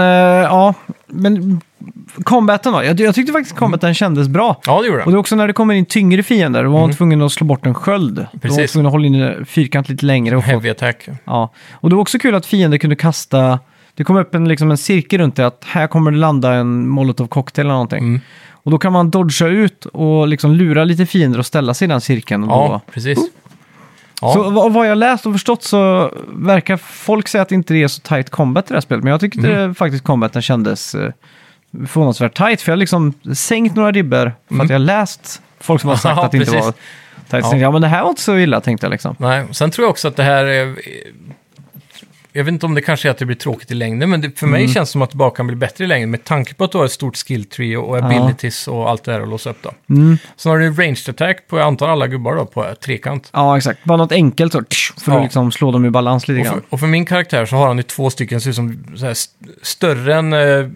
[SPEAKER 1] men combaten då? Jag tyckte faktiskt combaten kändes bra.
[SPEAKER 2] Ja, det gjorde det.
[SPEAKER 1] Och det är också när det kommer in tyngre fiender, då var man tvungen att slå bort en sköld. Då var man tvungen att hålla in fyrkant lite längre. Och
[SPEAKER 2] heavy attack.
[SPEAKER 1] Ja, och det var också kul att fiender kunde kasta... Det kom upp en cirkel runt det, att här kommer det landa en molotov cocktail eller någonting. Och då kan man dodga ut och liksom lura lite fiender och ställa sig i den cirkeln. Och
[SPEAKER 2] ja, precis. Ja.
[SPEAKER 1] Så vad jag läst och förstått så verkar folk säga att inte det är så tight combat i det här spelet. Men jag tyckte faktiskt combaten kändes förvånansvärt tight. För jag har liksom sänkt några ribbor för att jag har läst folk som har sagt att det inte var tight. Ja, men det här var inte så illa, tänkte jag liksom.
[SPEAKER 2] Nej, sen tror jag också att det här är... jag vet inte om det kanske är att det blir tråkigt i längden, men för mig känns det som att det bara kan bli bättre i längden med tanke på att du har ett stort skill tree och abilities och allt det där att låsa upp då. Sen har du ranged attack på, jag antar alla gubbar då, på trekant.
[SPEAKER 1] Ja, exakt. Bara något enkelt så, för att liksom slå dem i balans lite grann.
[SPEAKER 2] Och för min karaktär så har han ju 2 stycken som så här, större än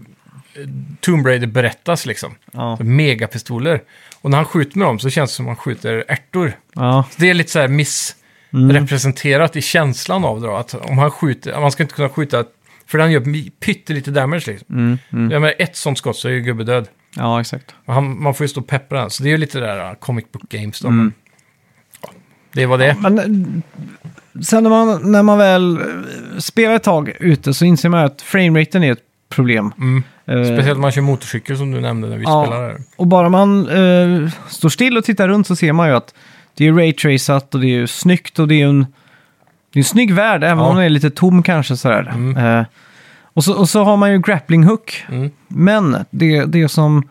[SPEAKER 2] Tomb Raider berättas liksom.
[SPEAKER 1] Ja.
[SPEAKER 2] Så megapistoler. Och när han skjuter med dem så känns det som att han skjuter ärtor.
[SPEAKER 1] Ja.
[SPEAKER 2] Så det är lite så här representerat i känslan av det då. Att om han skjuter, man ska inte kunna skjuta, för den gör pyttelite damage liksom. Jag menar, ett sånt skott så är ju gubbe död.
[SPEAKER 1] Ja, exakt.
[SPEAKER 2] Man får ju stå och peppra den. Så det är ju lite där comic book games då. Men, ja, det var det.
[SPEAKER 1] Ja, men sen när man väl spelar ett tag ute så inser man att frameraten är ett problem.
[SPEAKER 2] Speciellt om man kör motorcykel som du nämnde när vi spelar här.
[SPEAKER 1] Och bara man står still och tittar runt så ser man ju att det är raytracat och det är snyggt och det är en snygg värld, även om den är lite tom kanske sådär. Och så har man ju grappling hook. Men det som...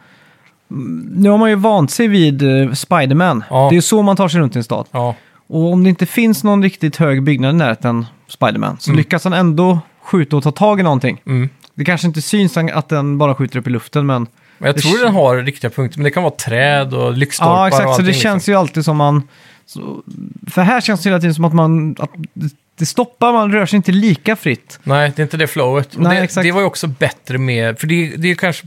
[SPEAKER 1] Nu har man ju vant sig vid Spider-Man. Ja. Det är så man tar sig runt i en stad. Ja. Och om det inte finns någon riktigt hög byggnad i närheten Spider-Man så lyckas han ändå skjuta och ta tag i någonting. Det kanske inte syns att den bara skjuter upp i luften, men
[SPEAKER 2] jag tror den har riktiga punkter, men det kan vara träd och lyktstolpar.
[SPEAKER 1] Ja, exakt.
[SPEAKER 2] Och
[SPEAKER 1] så det
[SPEAKER 2] liksom.
[SPEAKER 1] känns ju alltid som man... för här känns det hela tiden som att det stoppar, man rör sig inte lika fritt.
[SPEAKER 2] Nej, det är inte det flowet. Och det var ju också bättre med... För det är kanske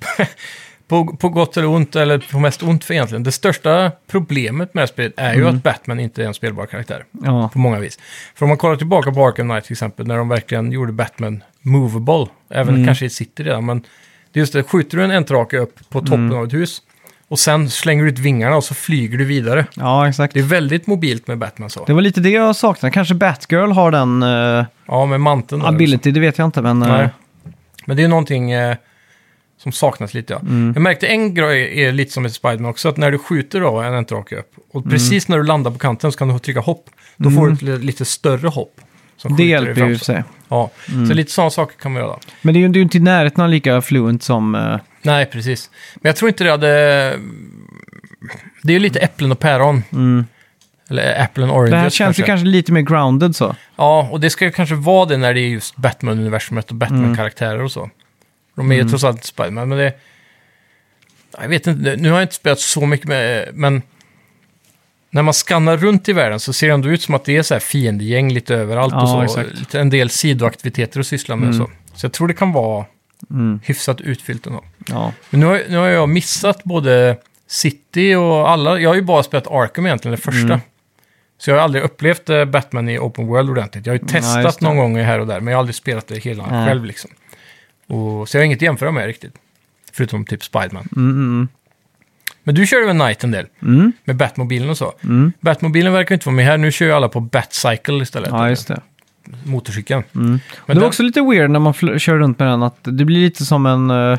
[SPEAKER 2] på gott eller ont, eller på mest ont för egentligen. Det största problemet med det här spelet är ju att Batman inte är en spelbar karaktär. Ja. På många vis. För om man kollar tillbaka på Arkham Knight till exempel, när de verkligen gjorde Batman movable, även kanske i City redan, men det är just det, skjuter du en entrake upp på toppen av ett hus och sen slänger du ut vingarna och så flyger du vidare.
[SPEAKER 1] Ja, exakt.
[SPEAKER 2] Det är väldigt mobilt med Batman så.
[SPEAKER 1] Det var lite det jag saknade. Kanske Batgirl har den
[SPEAKER 2] ja, med manteln
[SPEAKER 1] ability, det vet jag inte, men...
[SPEAKER 2] Nej. Men det är någonting som saknas lite, ja. Jag märkte en grej är lite som ett Spider-Man också, att när du skjuter då en entrake upp och precis när du landar på kanten så kan du trycka hopp. Då får du ett lite större hopp.
[SPEAKER 1] Det hjälper ju sig.
[SPEAKER 2] Ja, så lite sådana saker kan man göra.
[SPEAKER 1] Men det är ju inte i närheten lika fluent som...
[SPEAKER 2] Nej, precis. Men jag tror inte det hade... Det är ju lite äpplen och päron. Eller äpplen och oranges.
[SPEAKER 1] Det här känns ju kanske lite mer grounded så.
[SPEAKER 2] Ja, och det ska ju kanske vara det när det är just Batman-universumet och Batman-karaktärer och så. De är ju trots allt Spider-Man, men det... Jag vet inte, nu har jag inte spelat så mycket med... Men när man skannar runt i världen så ser det ändå ut som att det är så här fiendegäng lite överallt och så. Och en del sidoaktiviteter att syssla med och så. Så jag tror det kan vara hyfsat utfyllt ändå. Ja. Men nu har jag missat både City och alla. Jag har ju bara spelat Arkham egentligen, det första. Så jag har aldrig upplevt Batman i Open World ordentligt. Jag har ju testat någon gång här och där, men jag har aldrig spelat det hela själv liksom. Så jag har inget att jämföra med riktigt. Förutom typ Spider-Man. Men du kör ju en Night en del. Med Batmobilen och så. Batmobilen verkar inte vara med här. Nu kör ju alla på Batcycle istället.
[SPEAKER 1] Ja, just det.
[SPEAKER 2] Motorcykeln.
[SPEAKER 1] Men det var också lite weird när man kör runt med den. Att det blir lite som en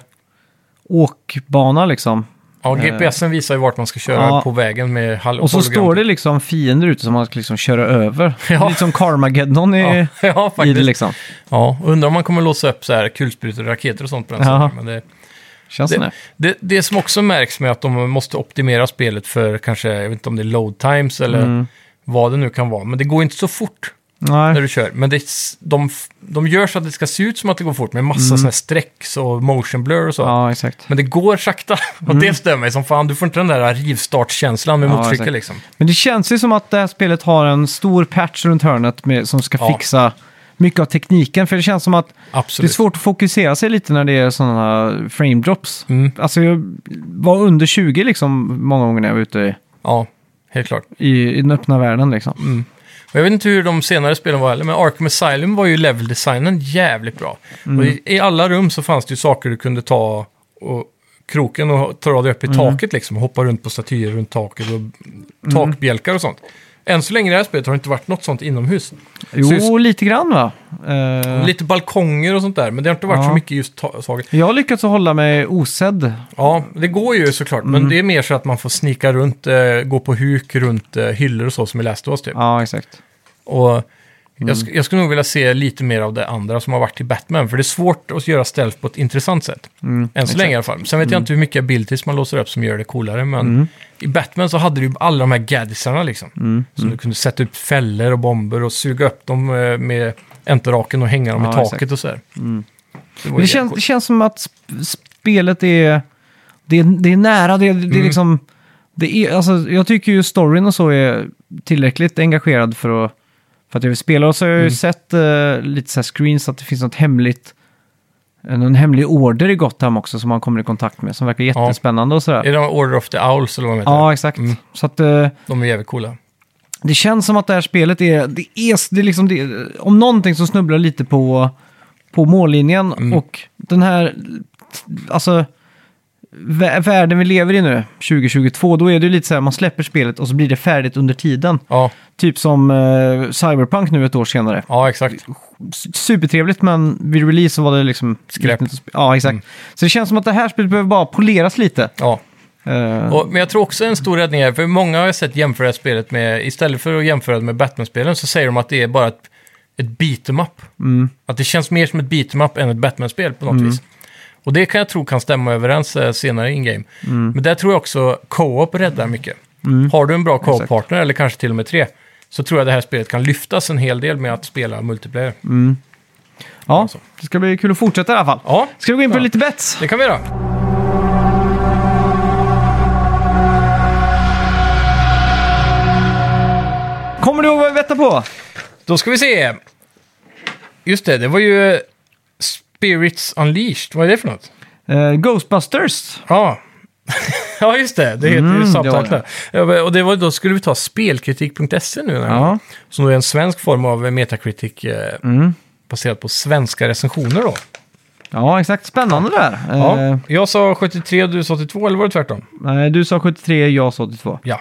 [SPEAKER 1] åkbana liksom.
[SPEAKER 2] Ja, GPSen visar ju vart man ska köra på vägen med
[SPEAKER 1] och så står det liksom fiender ute som man ska liksom köra över. Ja. Lite som Carmageddon i det liksom.
[SPEAKER 2] Ja, undrar om man kommer låsa upp så här kulsprutor och raketer och sånt på den sidan. Men det
[SPEAKER 1] känns
[SPEAKER 2] det som också märks med att de måste optimera spelet för kanske, jag vet inte om det är load times eller vad det nu kan vara. Men det går inte så fort när du kör. Men de gör så att det ska se ut som att det går fort med massa sådana här sträcks och motion blur och så.
[SPEAKER 1] Ja, exakt.
[SPEAKER 2] Men det går sakta. Och det stör mig som fan. Du får inte den där rivstartkänslan med motorcykel liksom.
[SPEAKER 1] Men det känns ju som att det här spelet har en stor patch runt hörnet som ska fixa mycket av tekniken. För det känns som att det är svårt att fokusera sig lite när det är sådana frame drops. Alltså jag var under 20 liksom många gånger när jag var ute
[SPEAKER 2] helt klart.
[SPEAKER 1] I den öppna världen liksom.
[SPEAKER 2] Och jag vet inte hur de senare spelen var heller, men Arkham Asylum var ju level-designen jävligt bra. Och i alla rum så fanns det ju saker du kunde ta och kroken och dra dig upp i taket liksom. Hoppa runt på statyer runt taket och takbjälkar och sånt. Än så länge i det här spelet har det inte varit något sånt inomhus.
[SPEAKER 1] Jo, lite grann va?
[SPEAKER 2] Lite balkonger och sånt där, men det har inte varit så mycket just taget.
[SPEAKER 1] Jag har lyckats hålla mig osedd.
[SPEAKER 2] Ja, det går ju såklart, men det är mer så att man får snika runt, gå på huk runt hyllor och så som i Last of Us typ.
[SPEAKER 1] Ja, exakt.
[SPEAKER 2] Och Jag skulle nog vilja se lite mer av det andra som har varit i Batman. För det är svårt att göra stealth på ett intressant sätt. Än så länge i alla fall. Sen vet jag inte hur mycket abilities man låser upp som gör det coolare. Men i Batman så hade du alla de här gadgetsarna liksom. Som du kunde sätta upp fällor och bomber och suga upp dem med enterraken och hänga dem i taket och så här.
[SPEAKER 1] Det känns som att spelet är nära. Det är liksom... alltså, jag tycker ju storyn och så är tillräckligt engagerad för att jag vill spela. Och så har jag ju sett lite så här screens att det finns någon hemlig order i Gotham också som man kommer i kontakt med som verkar jättespännande och sådär.
[SPEAKER 2] Är det Order of the Owls eller vad de heter?
[SPEAKER 1] Ja, exakt. Så att,
[SPEAKER 2] de är jävligt coola.
[SPEAKER 1] Det känns som att det här spelet är liksom om någonting som snubblar lite på mållinjen och den här, alltså världen vi lever i nu, 2022, då är det ju lite så här, man släpper spelet och så blir det färdigt under tiden.
[SPEAKER 2] Ja.
[SPEAKER 1] Typ som Cyberpunk nu ett år senare.
[SPEAKER 2] Ja, exakt.
[SPEAKER 1] Supertrevligt, men vid release så var det liksom...
[SPEAKER 2] skräp.
[SPEAKER 1] Ja, exakt. Så det känns som att det här spelet behöver bara poleras lite.
[SPEAKER 2] Ja. Men jag tror också en stor räddning är, för många har jag sett jämföra spelet med, istället för att jämföra det med Batman-spelen så säger de att det är bara ett beat-em up. Att det känns mer som ett beat-em up än ett Batman-spel på något vis. Och det kan jag tro kan stämma överens senare in-game. Men där tror jag också co-op räddar mycket. Har du en bra co-op-partner, eller kanske till och med 3, så tror jag det här spelet kan lyftas en hel del med att spela multiplayer.
[SPEAKER 1] Ja, alltså. Det ska bli kul att fortsätta i alla fall.
[SPEAKER 2] Ja.
[SPEAKER 1] Ska vi gå in på lite bets?
[SPEAKER 2] Det kan vi göra.
[SPEAKER 1] Kommer du ihåg vad vi bettade på?
[SPEAKER 2] Då ska vi se. Just det var ju Spirits Unleashed. Vad är det för något?
[SPEAKER 1] Ghostbusters.
[SPEAKER 2] Ja. Ja, just det. Det heter ju Subtitle. Och det var, då skulle vi ta spelkritik.se nu.
[SPEAKER 1] Ja.
[SPEAKER 2] Som då är en svensk form av Metacritic baserat på svenska recensioner då.
[SPEAKER 1] Ja, exakt. Spännande där.
[SPEAKER 2] Ja. Jag sa 73 och du sa 82, eller var det tvärtom?
[SPEAKER 1] Nej, du sa 73, jag sa 82.
[SPEAKER 2] Ja.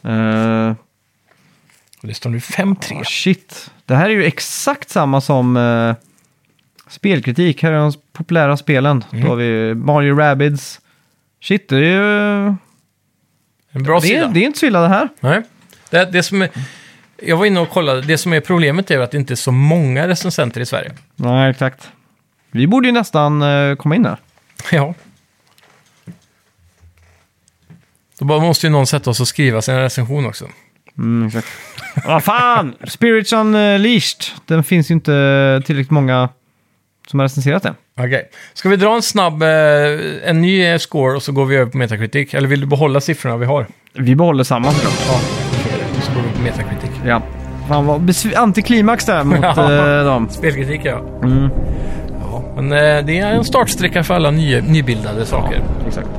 [SPEAKER 2] Och det står nu 5-3.
[SPEAKER 1] Shit. Det här är ju exakt samma som spelkritik. Här är de populära spelen. Då har vi Mario Rabbids. Shit, det är ju...
[SPEAKER 2] En bra sida.
[SPEAKER 1] Det är inte så illa det här.
[SPEAKER 2] Nej. Det som är... Jag var inne och kollade. Det som är problemet är att det inte är så många recensenter i Sverige.
[SPEAKER 1] Nej, exakt. Vi borde ju nästan komma in här.
[SPEAKER 2] Ja. Då måste ju någon sätta oss och skriva sin recension också.
[SPEAKER 1] Exakt. Vad fan! Spirits Unleashed. Den finns ju inte tillräckligt många som har recenserat den.
[SPEAKER 2] Okej. Ska vi dra en snabb, en ny score och så går vi över på Metacritic? Eller vill du behålla siffrorna vi har?
[SPEAKER 1] Vi behåller samma.
[SPEAKER 2] Ja, så går vi på Metacritic.
[SPEAKER 1] Ja. Fan vad antiklimax där mot dem.
[SPEAKER 2] Spelkritik, ja. Ja, men det är en startsträcka för alla nybildade saker.
[SPEAKER 1] Exakt.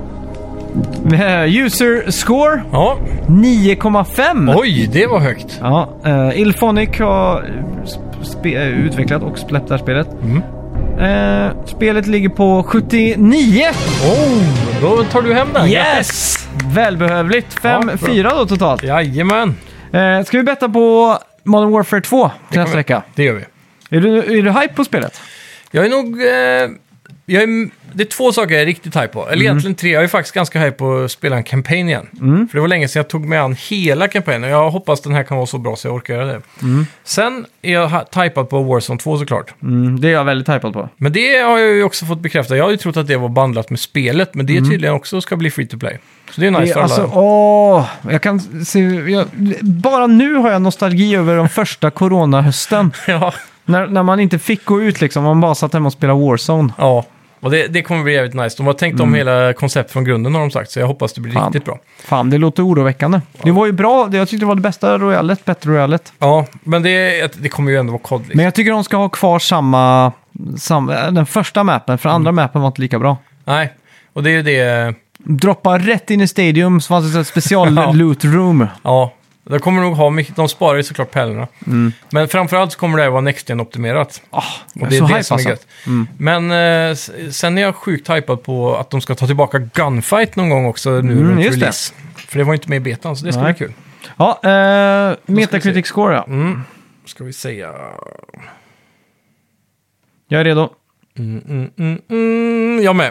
[SPEAKER 1] User score?
[SPEAKER 2] Ja.
[SPEAKER 1] 9,5.
[SPEAKER 2] Oj, det var högt.
[SPEAKER 1] Ja, Illphonic har utvecklat och släppt det här spelet. Spelet ligger på 79.
[SPEAKER 2] Då tar du hem den.
[SPEAKER 1] Yes! Välbehövligt. 5-4 då totalt.
[SPEAKER 2] Jajamän.
[SPEAKER 1] Ska vi betta på Modern Warfare 2 nästa vecka?
[SPEAKER 2] Det gör vi.
[SPEAKER 1] Är du hype på spelet?
[SPEAKER 2] Jag är nog... det är 2 saker jag är riktigt hype på. Eller egentligen 3. Jag är faktiskt ganska hype på att spela en campaign igen. För det var länge sedan jag tog mig an hela kampanjen. Jag hoppas den här kan vara så bra så jag orkar göra det. Sen är jag hypad på Warzone 2 såklart.
[SPEAKER 1] Det är jag väldigt hypad på.
[SPEAKER 2] Men det har jag ju också fått bekräfta. Jag har ju trott att det var bandlat med spelet. Men det är tydligen också ska bli free to play. Så det är nice för alla.
[SPEAKER 1] Jag kan se... bara nu har jag nostalgi över de första coronahösten.
[SPEAKER 2] Ja.
[SPEAKER 1] När man inte fick gå ut liksom. Man bara satt hemma och spelade Warzone.
[SPEAKER 2] Ja. Och det kommer bli jävligt nice. De har tänkt om hela koncept från grunden har de sagt. Så jag hoppas det blir riktigt bra.
[SPEAKER 1] Fan, det låter oroväckande. Ja. Det var ju bra. Jag tyckte det var det bästa Royalet. Bättre Royalet.
[SPEAKER 2] Ja, men det kommer ju ändå vara kod. Liksom.
[SPEAKER 1] Men jag tycker de ska ha kvar samma den första mappen. För andra mappen var inte lika bra.
[SPEAKER 2] Nej, och det är ju det...
[SPEAKER 1] Droppa rätt in i Stadium så fanns det ett special loot room.
[SPEAKER 2] Ja, det kommer nog ha mycket. De sparar ju såklart pärlorna. Men framförallt så kommer det här vara Next Gen-optimerat. Och det är det som är gött. Men sen är jag sjukt hypad på att de ska ta tillbaka Gunfight någon gång också nu runt release. För det var inte med i betan, så det ska bli kul.
[SPEAKER 1] Ja, Metacritic score, ja.
[SPEAKER 2] Ska vi säga...
[SPEAKER 1] Jag är redo.
[SPEAKER 2] Jag med.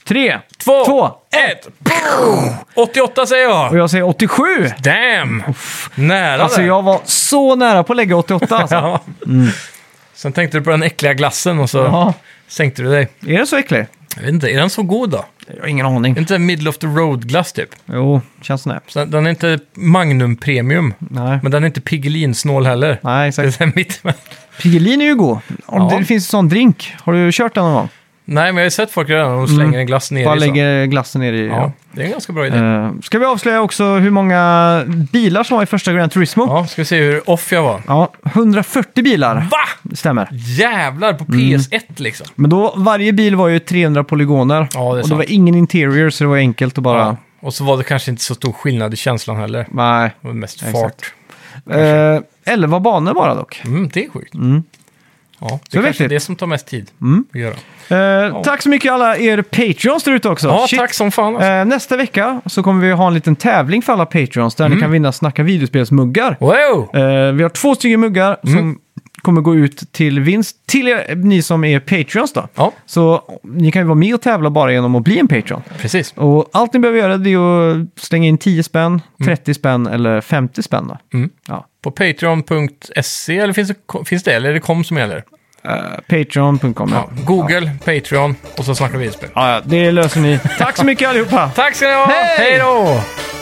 [SPEAKER 1] 3,
[SPEAKER 2] 2,
[SPEAKER 1] 2,
[SPEAKER 2] 1. 88 säger jag.
[SPEAKER 1] Och jag säger 87.
[SPEAKER 2] Damn! Nära
[SPEAKER 1] Alltså
[SPEAKER 2] där.
[SPEAKER 1] jag var så nära på att lägga 88 alltså.
[SPEAKER 2] Ja. Sen tänkte du på den äckliga glassen och så
[SPEAKER 1] Ja.
[SPEAKER 2] sänkte du dig.
[SPEAKER 1] Är den så äcklig?
[SPEAKER 2] Jag vet inte, är den så god då?
[SPEAKER 1] Jag har ingen aning.
[SPEAKER 2] Inte middle of the road-glass typ.
[SPEAKER 1] Jo, känns snäpp.
[SPEAKER 2] Så den är inte Magnum Premium,
[SPEAKER 1] Nej.
[SPEAKER 2] men den är inte Piggelin-snål heller.
[SPEAKER 1] Nej,
[SPEAKER 2] Det är
[SPEAKER 1] exakt.
[SPEAKER 2] så här mitt med.
[SPEAKER 1] Piggelin är ju god. Om
[SPEAKER 2] Ja.
[SPEAKER 1] det finns en sån drink. Har du kört den någon gång?
[SPEAKER 2] Nej, men jag har ju sett folk redan, de slänger en glass ner
[SPEAKER 1] Bara
[SPEAKER 2] i så.
[SPEAKER 1] lägger glassen ner i.
[SPEAKER 2] Ja, det är en ganska bra idé.
[SPEAKER 1] Ska vi avslöja också hur många bilar som var i första Gran Turismo?
[SPEAKER 2] Ja, ska vi se hur off jag var.
[SPEAKER 1] Ja, 140 bilar.
[SPEAKER 2] Va?
[SPEAKER 1] Stämmer.
[SPEAKER 2] Jävlar på PS1 liksom.
[SPEAKER 1] Men då, varje bil var ju 300 polygoner.
[SPEAKER 2] Ja, det är
[SPEAKER 1] och det
[SPEAKER 2] sant.
[SPEAKER 1] var ingen interior, så det var enkelt att bara...
[SPEAKER 2] Ja. Och så var det kanske inte så stor skillnad i känslan heller.
[SPEAKER 1] Nej.
[SPEAKER 2] Det var mest
[SPEAKER 1] Exakt.
[SPEAKER 2] fart.
[SPEAKER 1] 11 banor bara dock.
[SPEAKER 2] Det är sjukt. Ja, det är
[SPEAKER 1] Så
[SPEAKER 2] kanske
[SPEAKER 1] vettigt.
[SPEAKER 2] det som tar mest tid att göra.
[SPEAKER 1] Tack så mycket alla er Patreons där ute också.
[SPEAKER 2] Ja,
[SPEAKER 1] Shit.
[SPEAKER 2] tack som fan. Alltså.
[SPEAKER 1] Nästa vecka så kommer vi ha en liten tävling för alla Patreons där ni kan vinna Snacka videospelsmuggar.
[SPEAKER 2] Wow!
[SPEAKER 1] Vi har 2 stycken muggar som kommer gå ut till vinst till er, ni som är Patreons då.
[SPEAKER 2] Ja,
[SPEAKER 1] Så ni kan ju vara med och tävla bara genom att bli en Patreon.
[SPEAKER 2] precis.
[SPEAKER 1] Och allt ni behöver göra det är att slänga in 10 spänn, 30 spänn eller 50 spänn då. Ja.
[SPEAKER 2] På patreon.se, eller finns det, eller är det kom som gäller?
[SPEAKER 1] Patreon.com.
[SPEAKER 2] Ja, Google, Patreon och så snackar vi spel.
[SPEAKER 1] Ja, det löser ni. Tack så mycket allihopa!
[SPEAKER 2] Tack ska ni ha!
[SPEAKER 1] Hej!
[SPEAKER 2] Hej då!